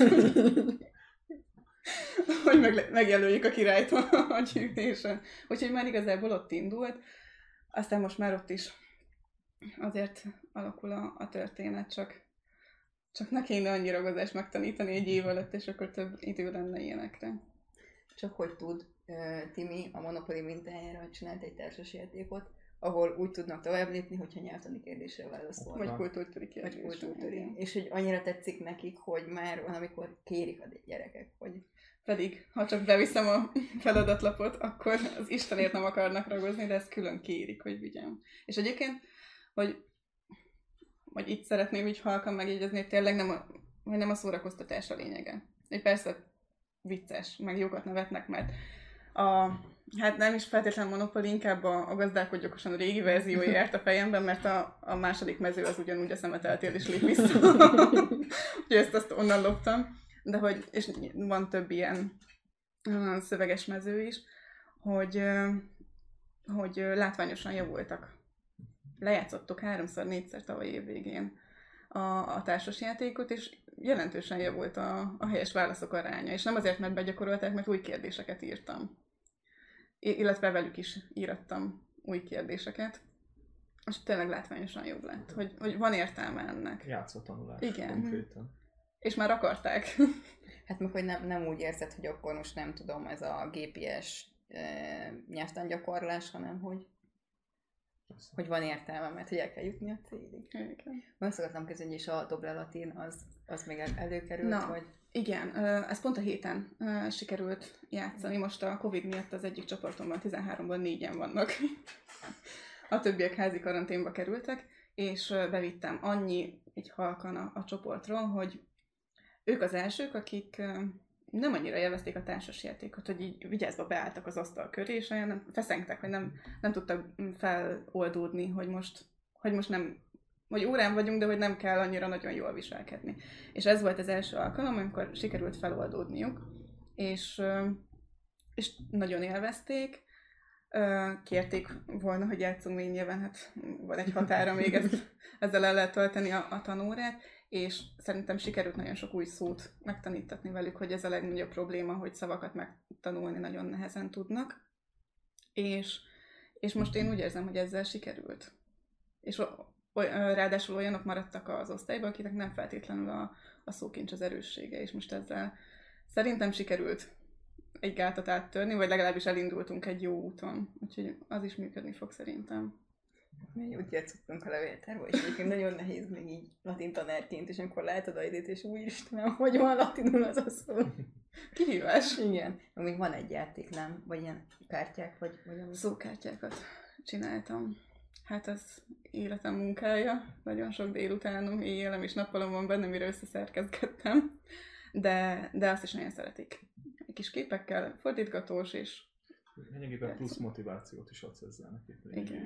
Hogy megjelöljük a királyt a gyűlésen. Úgyhogy már igazából ott indult. Aztán most már ott is azért alakul a történet, csak ne kéne annyi ragozást megtanítani egy év alatt, és akkor több idő lenne ilyenekre. Csak hogy tud Timi a Monopoly mintájára csinált egy társasjátékot, ahol úgy tudnak tovább lépni, hogyha nyelvtani kérdésre válaszolnak. Vagy kultúrtöri kérdésre. Vagy kultúrtöri. És hogy annyira tetszik nekik, hogy már van, amikor kérik a gyerekek, hogy... Pedig, ha csak beviszem a feladatlapot, akkor az Istenért nem akarnak ragozni, de ezt külön kérik, hogy vigyem. És egyébként, hogy itt szeretném így halkan megjegyezni, hogy tényleg nem a szórakoztatás a lényege. Hogy persze vicces, meg jókat nevetnek, mert hát nem is feltétlenül Monopoly, inkább a gazdálkodj okosan a régi verziója járt a fejemben, mert a második mező az ugyanúgy a szemeteltél és lép vissza. Úgyhogy ezt onnan loptam. De és van több ilyen szöveges mező is, hogy látványosan javultak. Lejátszottuk 3-4-szer tavaly év végén a társasjátékot, és jelentősen javult a helyes válaszok aránya. És nem azért, mert begyakorolták, mert új kérdéseket írtam. Illetve velük is írattam új kérdéseket. És tényleg látványosan jobb lett, hogy van értelme ennek. Játszótanulás. Igen. Konkrétan. És már akarták. Hát meg, hogy nem úgy érzed, hogy akkor most nem tudom, ez a GPS nyelvtangyakorlás, hanem hogy van értelme, mert hogy el kell jutni a célig. Van szokottam közönni, és a Dobre Latin az még előkerült, vagy? Igen, ez pont a héten sikerült játszani. Most a Covid miatt az egyik csoportomban 13-ban 4-en vannak. A többiek házi karanténba kerültek, és bevittem annyi így halkan a csoportról, hogy ők az elsők, akik nem annyira élvezték a társasjátékot, hogy így vigyázva beálltak az asztal köré, és olyan feszengtek, hogy nem tudtak feloldódni, hogy most nem, hogy órán vagyunk, de hogy nem kell annyira nagyon jól viselkedni. És ez volt az első alkalom, amikor sikerült feloldódniuk, és nagyon élvezték. Kérték volna, hogy játszunk még, nyilván, hát van egy határa még, ezzel el lehet tölteni a tanórát, és szerintem sikerült nagyon sok új szót megtanítatni velük, hogy ez a legnagyobb probléma, hogy szavakat megtanulni nagyon nehezen tudnak. És most én úgy érzem, hogy ezzel sikerült. És ráadásul olyanok maradtak az osztályban, akiknek nem feltétlenül a szókincs az erőssége, és most ezzel szerintem sikerült egy gátat áttörni, vagy legalábbis elindultunk egy jó úton. Úgyhogy az is működni fog szerintem. Mi úgy játszottunk a levéltárba, és egyébként nagyon nehéz még így latin tanárként, és amikor látod a idét, és úristenem, hogy van latinul az a szó. Kihívás. Igen. Még van egy játék, nem? Vagy ilyen kártyák, vagy szókártyákat csináltam. Hát az életem munkája. Nagyon sok délutánom, éjjelem és nappalom van benne, mire összeszerkezgettem. De azt is nagyon szeretik. Kis képekkel, fordítgatós, és... Lényegében plusz motivációt is adsz ezzel nekik.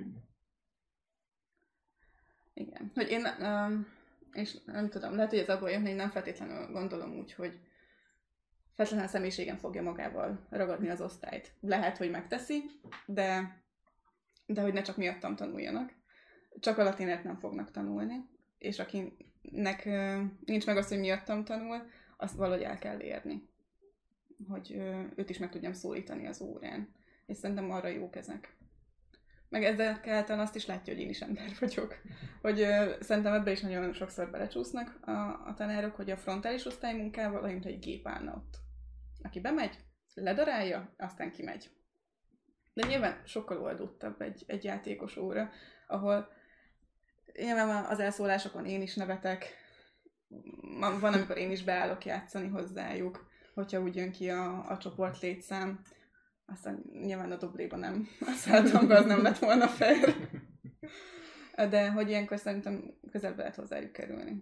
Igen. Hogy én, és nem tudom, lehet, hogy ez abból jön, hogy nem feltétlenül gondolom úgy, hogy feltétlenül a személyiségem fogja magával ragadni az osztályt. Lehet, hogy megteszi, de hogy ne csak miattam tanuljanak. csak a latinert nem fognak tanulni, és akinek nincs meg az, hogy miattam tanul, azt valahogy el kell érni, hogy őt is meg tudjam szólítani az órán. És szerintem arra jók ezek. Meg ezek által azt is látja, hogy én is ember vagyok. Hogy szerintem ebbe is nagyon sokszor belecsúsznak a tanárok, hogy a frontális osztálymunkával olyan, hogy egy gép állna ott. Aki bemegy, ledarálja, aztán kimegy. De nyilván sokkal oldóttabb egy játékos óra, ahol nyilván az elszólásokon én is nevetek, van, amikor én is beállok játszani hozzájuk, hogyha úgy jön ki a csoport létszám. Aztán nyilván a dobléba nem szálltam be, az nem lett volna fair. De hogy ilyenkor szerintem közelbe lehet hozzájuk kerülni.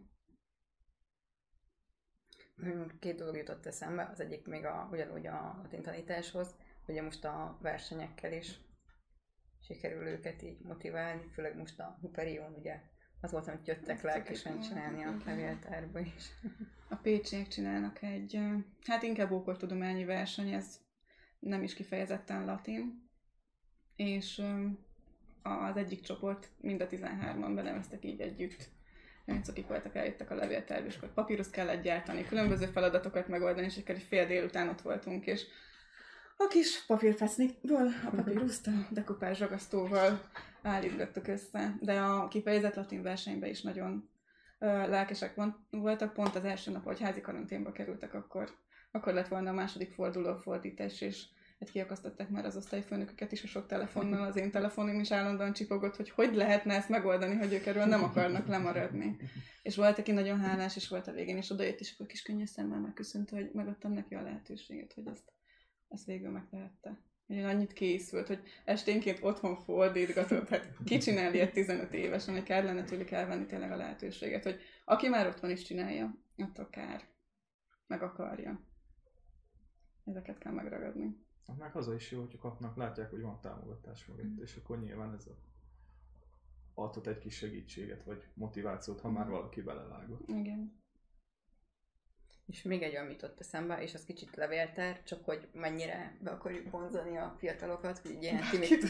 Két dolog jutott eszembe, az egyik még ugyanúgy a latin tanításhoz, ugye most a versenyekkel is sikerül őket így motiválni, főleg most a Hyperion, ugye az volt, amit jöttek lelkesen csinálni a levéltárba is. A pécsiek csinálnak egy, hát inkább ókortudományi verseny, ez nem is kifejezetten latin, és az egyik csoport, mind a 13-an beneveztek így együtt. Akik voltak, eljöttek a levéltárba, és akkor papíruszt kellett gyártani, különböző feladatokat megoldani, és akkor egy fél délután ott voltunk, és a kis papírfesznikből a papíruszt a dekupázs ragasztóval állítgattuk össze. De a kifejezett latin versenyben is nagyon lelkesek voltak, pont az első nap, hogy házi karanténba kerültek, akkor lett volna a második forduló fordítás, és kiakasztották már az osztályfőnököket is a sok telefonnal, az én telefonim is állandóan csipogott, hogy lehetne ezt megoldani, hogy ők erről nem akarnak lemaradni. És volt, aki nagyon hálás, és volt a végén, és odajött, és akkor kis könnyes szemmel megköszönte, hogy megadtam neki a lehetőséget, hogy ezt végül megtehette. Én annyit készült, hogy esténként otthon fordítgatott, hát ki csinál ilyet 15 évesen, hogy kár lenne tőlük elvenni tényleg a lehetőséget, hogy aki már ott van is csinálja, attól kár, meg akarja. Ezeket kell megragadni. Meg haza is jó, hogyha kapnak, látják, hogy van támogatás mögött, és akkor nyilván ez adhat egy kis segítséget, vagy motivációt, ha már valaki belevágott. Igen. És még egy olyan jutott eszembe, és az kicsit levéltár, csak hogy mennyire be akarjuk vonzani a fiatalokat, hogy ilyen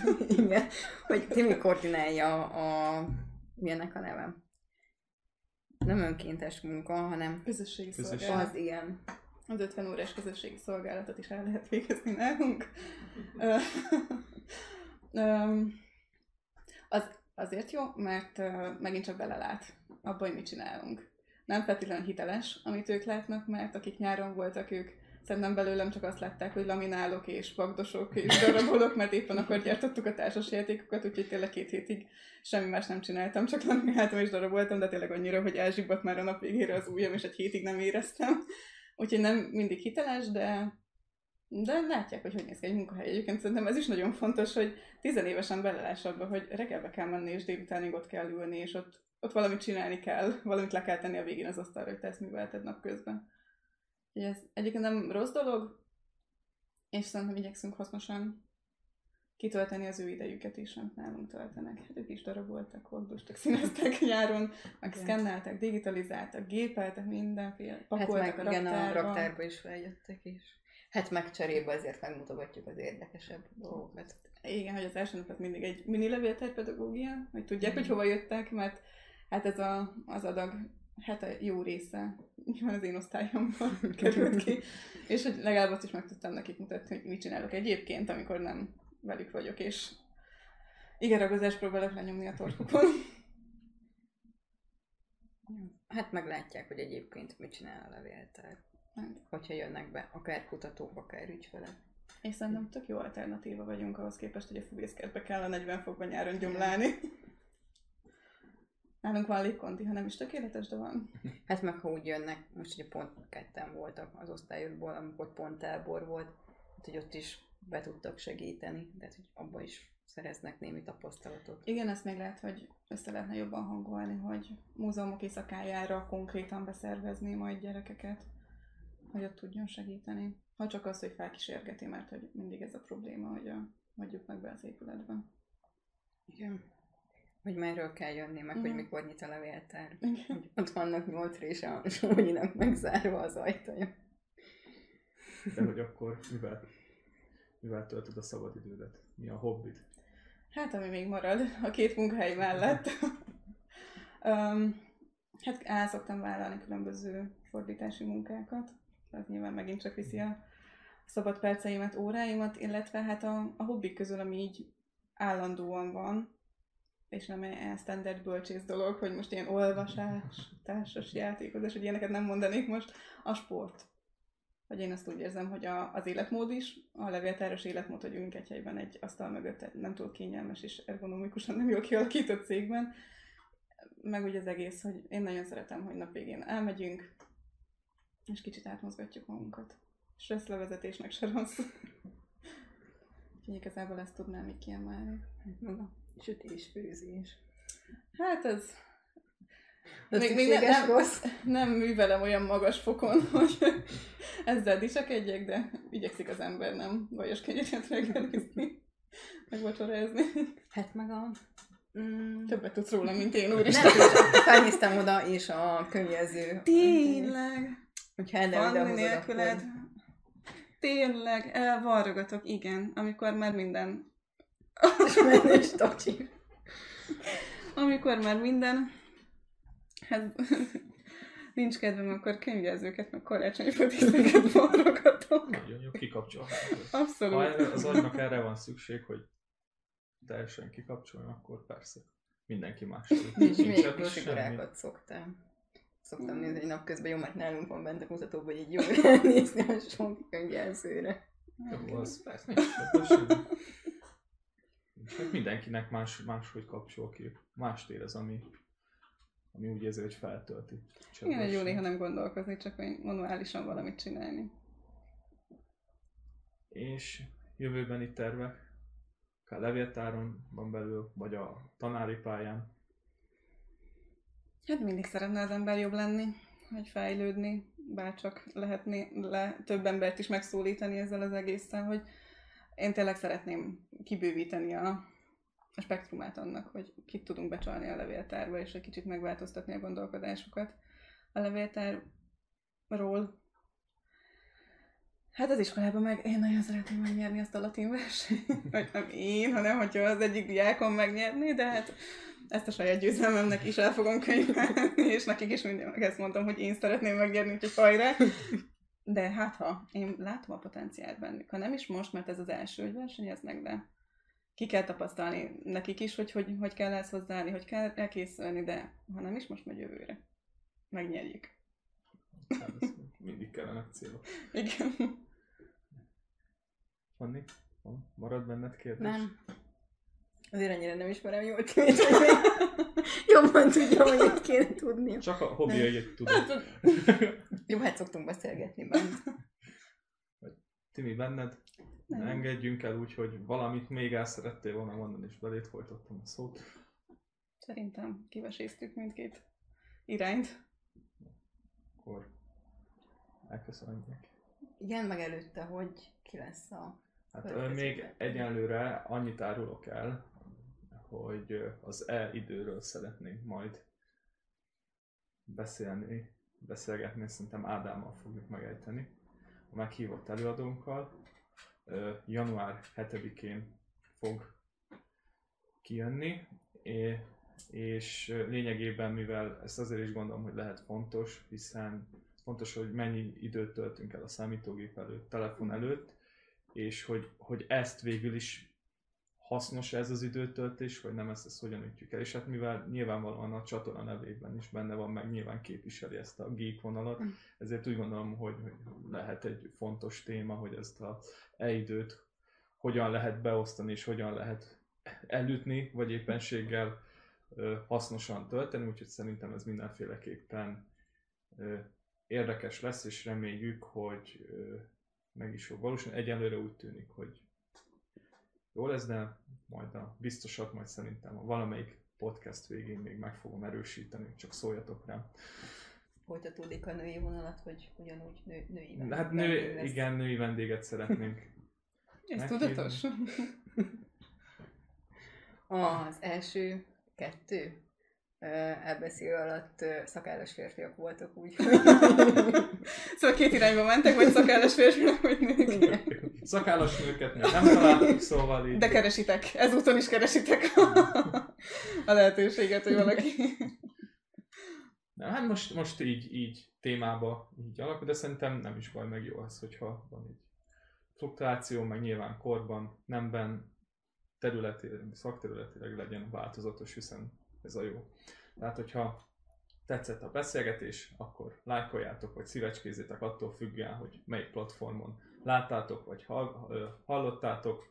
Timi koordinálja milyennek a nevem? Nem önkéntes munka, hanem közösségi szolgálat. Az igen. Az 50 órás közösségi szolgálatot is el lehet végezni nálunk. Azért jó, mert megint csak belelát abba, hogy mit csinálunk. Nem feltétlenül hiteles, amit ők látnak, mert akik nyáron voltak, ők szerintem belőlem csak azt látták, hogy laminálok és vagdosok és darabolok, mert éppen akkor gyártottuk a társasjátékokat, úgyhogy tényleg 2 hétig semmi más nem csináltam, csak lamináltam és daraboltam, de tényleg annyira, hogy elzsibbadt már a nap végére az ujjam, és 1 hétig nem éreztem. Úgyhogy nem mindig hiteles, de látják, hogy néz ki egy munkahely. Egyébként szerintem ez is nagyon fontos, hogy 10 évesen beleláss abba, hogy reggelbe kell menni, és délutánig ott kell ülni, és ott valamit csinálni kell, valamit le kell tenni a végén az asztalra, hogy te ezt művelted napközben. Úgyhogy ez egyébként nem rossz dolog, és szerintem igyekszünk hasznosan kitölteni az ő idejüket is, amit nálunk töltenek. Hát ők is daraboltak, hordoztak, színeztek nyáron, meg szkenneltek, digitalizáltak, gépeltek, mindenféle, pakoltak hát a raktárba. Igen, a raktárba is feljöttek is. Hát meg cserébe azért megmutogatjuk az érdekesebb dolgokat. Igen, hogy az első nap az mindig egy mini levéltárpedagógia, hogy tudják, hogy hova jöttek, mert hát ez az adag hát a jó része az én osztályomban került ki, és hogy legalább azt is meg tudtam nekik mutatni, hogy mit csinálok egyébként, amikor nem velük vagyok, és igenragozást próbálok lenyomni a torkukon. Hát meglátják, hogy egyébként mit csinál a levéltár. Hogyha jönnek be, akár kutatók, akár ügyfelek. És szerintem tök jó alternatíva vagyunk ahhoz képest, hogy a fűvészkertbe kell a 40 fokban nyáron gyomlálni. Nálunk van légkondi, ha nem is tökéletes, de van. Hát meg ha úgy jönnek, most ugye pont 2 voltak az osztályokból, amikor pont tábor volt, hát, hogy ott is be tudtak segíteni, tehát hogy abban is szereznek némi tapasztalatot. Igen, ezt még lehet, hogy össze lehetne jobban hangolni, hogy múzeumok éjszakájára konkrétan beszervezni majd gyerekeket, hogy ott tudjon segíteni. Ha csak az, hogy felkísérgeti, mert hogy mindig ez a probléma, hogy hagyjuk meg be az épületben. Igen. Hogy merről kell jönni, meg hogy mikor nyit a levéltár. Igen. Ott vannak 8 része a Zsónyinak megzárva az ajtaja. De hogy akkor mivel töltöd a szabadidődet? Mi a hobbid? Hát, ami még marad a 2 munkahely mellett. Hát el szoktam vállalni különböző fordítási munkákat. Ez nyilván megint csak viszi a szabad perceimet, óráimat, illetve hát a hobbik közül, ami így állandóan van, és nem egy standard bölcsész dolog, hogy most ilyen olvasás, társas játékozás, hogy ilyeneket nem mondanék most, a sport. Hogy én azt úgy érzem, hogy az életmód is, a levéltáros életmód, hogy ülünk egy helyben egy asztal mögött, nem túl kényelmes és ergonomikusan nem jól kialakított cégben. Meg úgy az egész, hogy én nagyon szeretem, hogy nap végén elmegyünk, és kicsit átmozgatjuk magunkat. Stresszlevezetésnek se rossz. Úgyhogy igazából ezt tudnám így kiemelni. Maga sütés-főzés. Hát ez... Még nem művelem olyan magas fokon, hogy ezzel dicsekedjek, de igyekszik az ember nem bajos kenyeret reggelizni, meg vacsorázni. Hát meg a... Többet tudsz róla, mint én, úristen. Felnéztem oda, és a könyvjelző. Tényleg. Hogyha ide hozod, akkor... Tényleg, elvarrogatok, igen, amikor már minden... Amikor már minden... Hát nincs kedvem, akkor könyvjelzőket, meg karácsonyi díszeket varrogatok. Nagyon jó, kikapcsolható. Abszolút. Ha az agynak erre van szükség, hogy teljesen kikapcsoljon, akkor persze mindenki más. És még figurákat szoktam nézni, hogy napközben jó, mert nálunk van bent a mutatóban, hogy így jó nézni a sok könyvjelzőre. Jó, az persze, nincs. Mindenkinek máshogy kapcsol ki. Mást érez, ami úgy érzi, hogy feltölti. Igen, hogy jó néha nem gondolkozni, csak manuálisan valamit csinálni. És jövőbeni tervek? Akár levéltáron van belül, vagy a tanári pályán? Hát mindig szeretne az ember jobb lenni, vagy fejlődni, bárcsak lehetné több embert is megszólítani ezzel az egésszel, hogy én tényleg szeretném kibővíteni a spektrumát annak, hogy kit tudunk becsalni a levéltárba, és egy kicsit megváltoztatni a gondolkodásukat a levéltárról. Hát az iskolában meg én nagyon szeretném megnyerni azt a latin versenyt. Vagy nem én, hanem hogyha az egyik diákon megnyerni, de hát ezt a saját győzelmemnek is el fogom könyvelni, és nekik is mindig ezt mondtam, hogy én szeretném megnyerni, úgyhogy hajrá. De hát ha én látom a potenciált bennük, ha nem is most, mert ez az első, hogy versenyeznek, de ki kell tapasztalni nekik is, hogy kell ezt hozzáállni, hogy kell elkészülni, de ha nem is most, majd jövőre. Megnyerjük. Mindig kellene célok. Igen. Fanni? Marad benned kérdés? Nem. Azért annyira nem ismerem jól Timit, hogy jobban tudja, hogy itt kéne tudni. Csak a hobbiait tudod. Jó, hát szoktunk beszélgetni bent. Timi, benned? Nem. Engedjünk el úgy, hogy valamit még el szerettél volna mondani, és belét folytattam a szót. Szerintem kiveséztük mindkét irányt. Akkor elköszönjük. Igen, meg előtte, hogy ki lesz a... Hát még egyenlőre annyit árulok el, hogy az időről szeretnénk majd beszélgetni, szerintem Ádámmal fogjuk megejteni, a meghívott előadónkkal. Január 7-én fog kijönni, és lényegében, mivel ezt azért is gondolom, hogy lehet fontos, hiszen fontos, hogy mennyi időt töltünk el a számítógép előtt, telefon előtt, és hogy ezt végül is hasznos ez az időtöltés, vagy nem, ezt hogyan ütjük el. És hát mivel nyilvánvalóan a csatorna nevében is benne van, meg nyilván képviseli ezt a geek vonalat, ezért úgy gondolom, hogy lehet egy fontos téma, hogy ezt az időt hogyan lehet beosztani, és hogyan lehet elütni, vagy éppenséggel hasznosan tölteni, úgyhogy szerintem ez mindenféleképpen érdekes lesz, és reméljük, hogy meg is fog valósulni. Egyelőre úgy tűnik, hogy jó lesz, de majd biztosat, majd szerintem a valamelyik podcast végén még meg fogom erősíteni, csak szóljatok rám. Folytatódik a női vonalat, hogy ugyanúgy női vendég. Hát igen, női vendéget szeretnénk. Ez tudatos? Az első 2 elbeszél alatt szakállas férfiak voltak úgy. Szóval 2 irányba mentek, vagy szakállas férfiak, vagy nők. Szakállas nőket még nem találtuk, szóval így... De keresitek, ezúton is keresitek a lehetőséget, hogy valaki... Nem, hát most így témába így alakul, de szerintem nem is baj, meg jó az, hogyha van így fluktuáció, meg nyilván korban, nemben, szakterületileg legyen változatos, hiszen ez a jó. Tehát, hogyha tetszett a beszélgetés, akkor lájkoljátok, vagy szívecskézzétek attól függően, hogy melyik platformon láttátok, vagy hallottátok.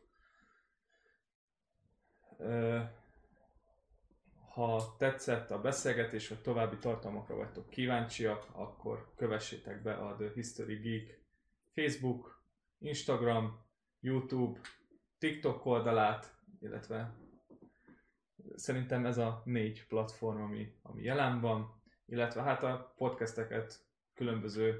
Ha tetszett a beszélgetés, vagy további tartalmakra vagytok kíváncsiak, akkor kövessétek be a The History Geek Facebook, Instagram, YouTube, TikTok oldalát, illetve szerintem ez a 4 platform, ami jelen van, illetve hát a podcasteket különböző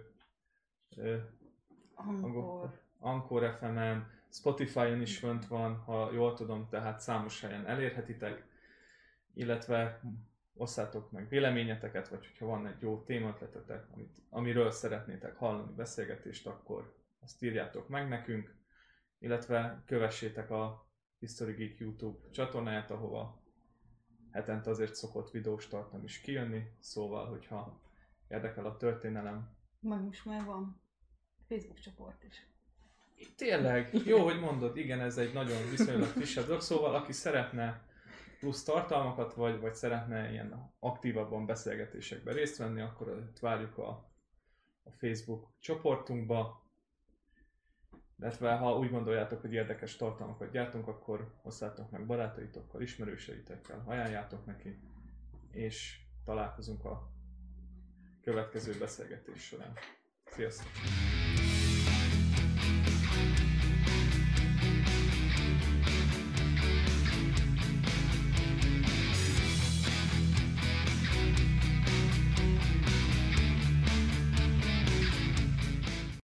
Anchor FM-en, Spotify-on is fönt van, ha jól tudom, tehát számos helyen elérhetitek, illetve osszátok meg véleményeteket, vagy hogyha van egy jó témaötletetek, amiről szeretnétek hallani beszélgetést, akkor azt írjátok meg nekünk, illetve kövessétek a History Geek YouTube csatornáját, ahova hetente azért szokott videós tartalom is kijönni, szóval, hogyha érdekel a történelem. Meg most már van Facebook csoport is. Tényleg, jó, hogy mondod, igen, ez egy nagyon viszonylag frissebb dolog, szóval aki szeretne plusz tartalmakat, vagy szeretne ilyen aktívabban beszélgetésekben részt venni, akkor várjuk a Facebook csoportunkba. Illetve ha úgy gondoljátok, hogy érdekes tartalmakat gyártunk, akkor osszátok meg barátaitokkal, ismerőseitekkel, ajánljátok neki, és találkozunk a következő beszélgetés során. Sziasztok!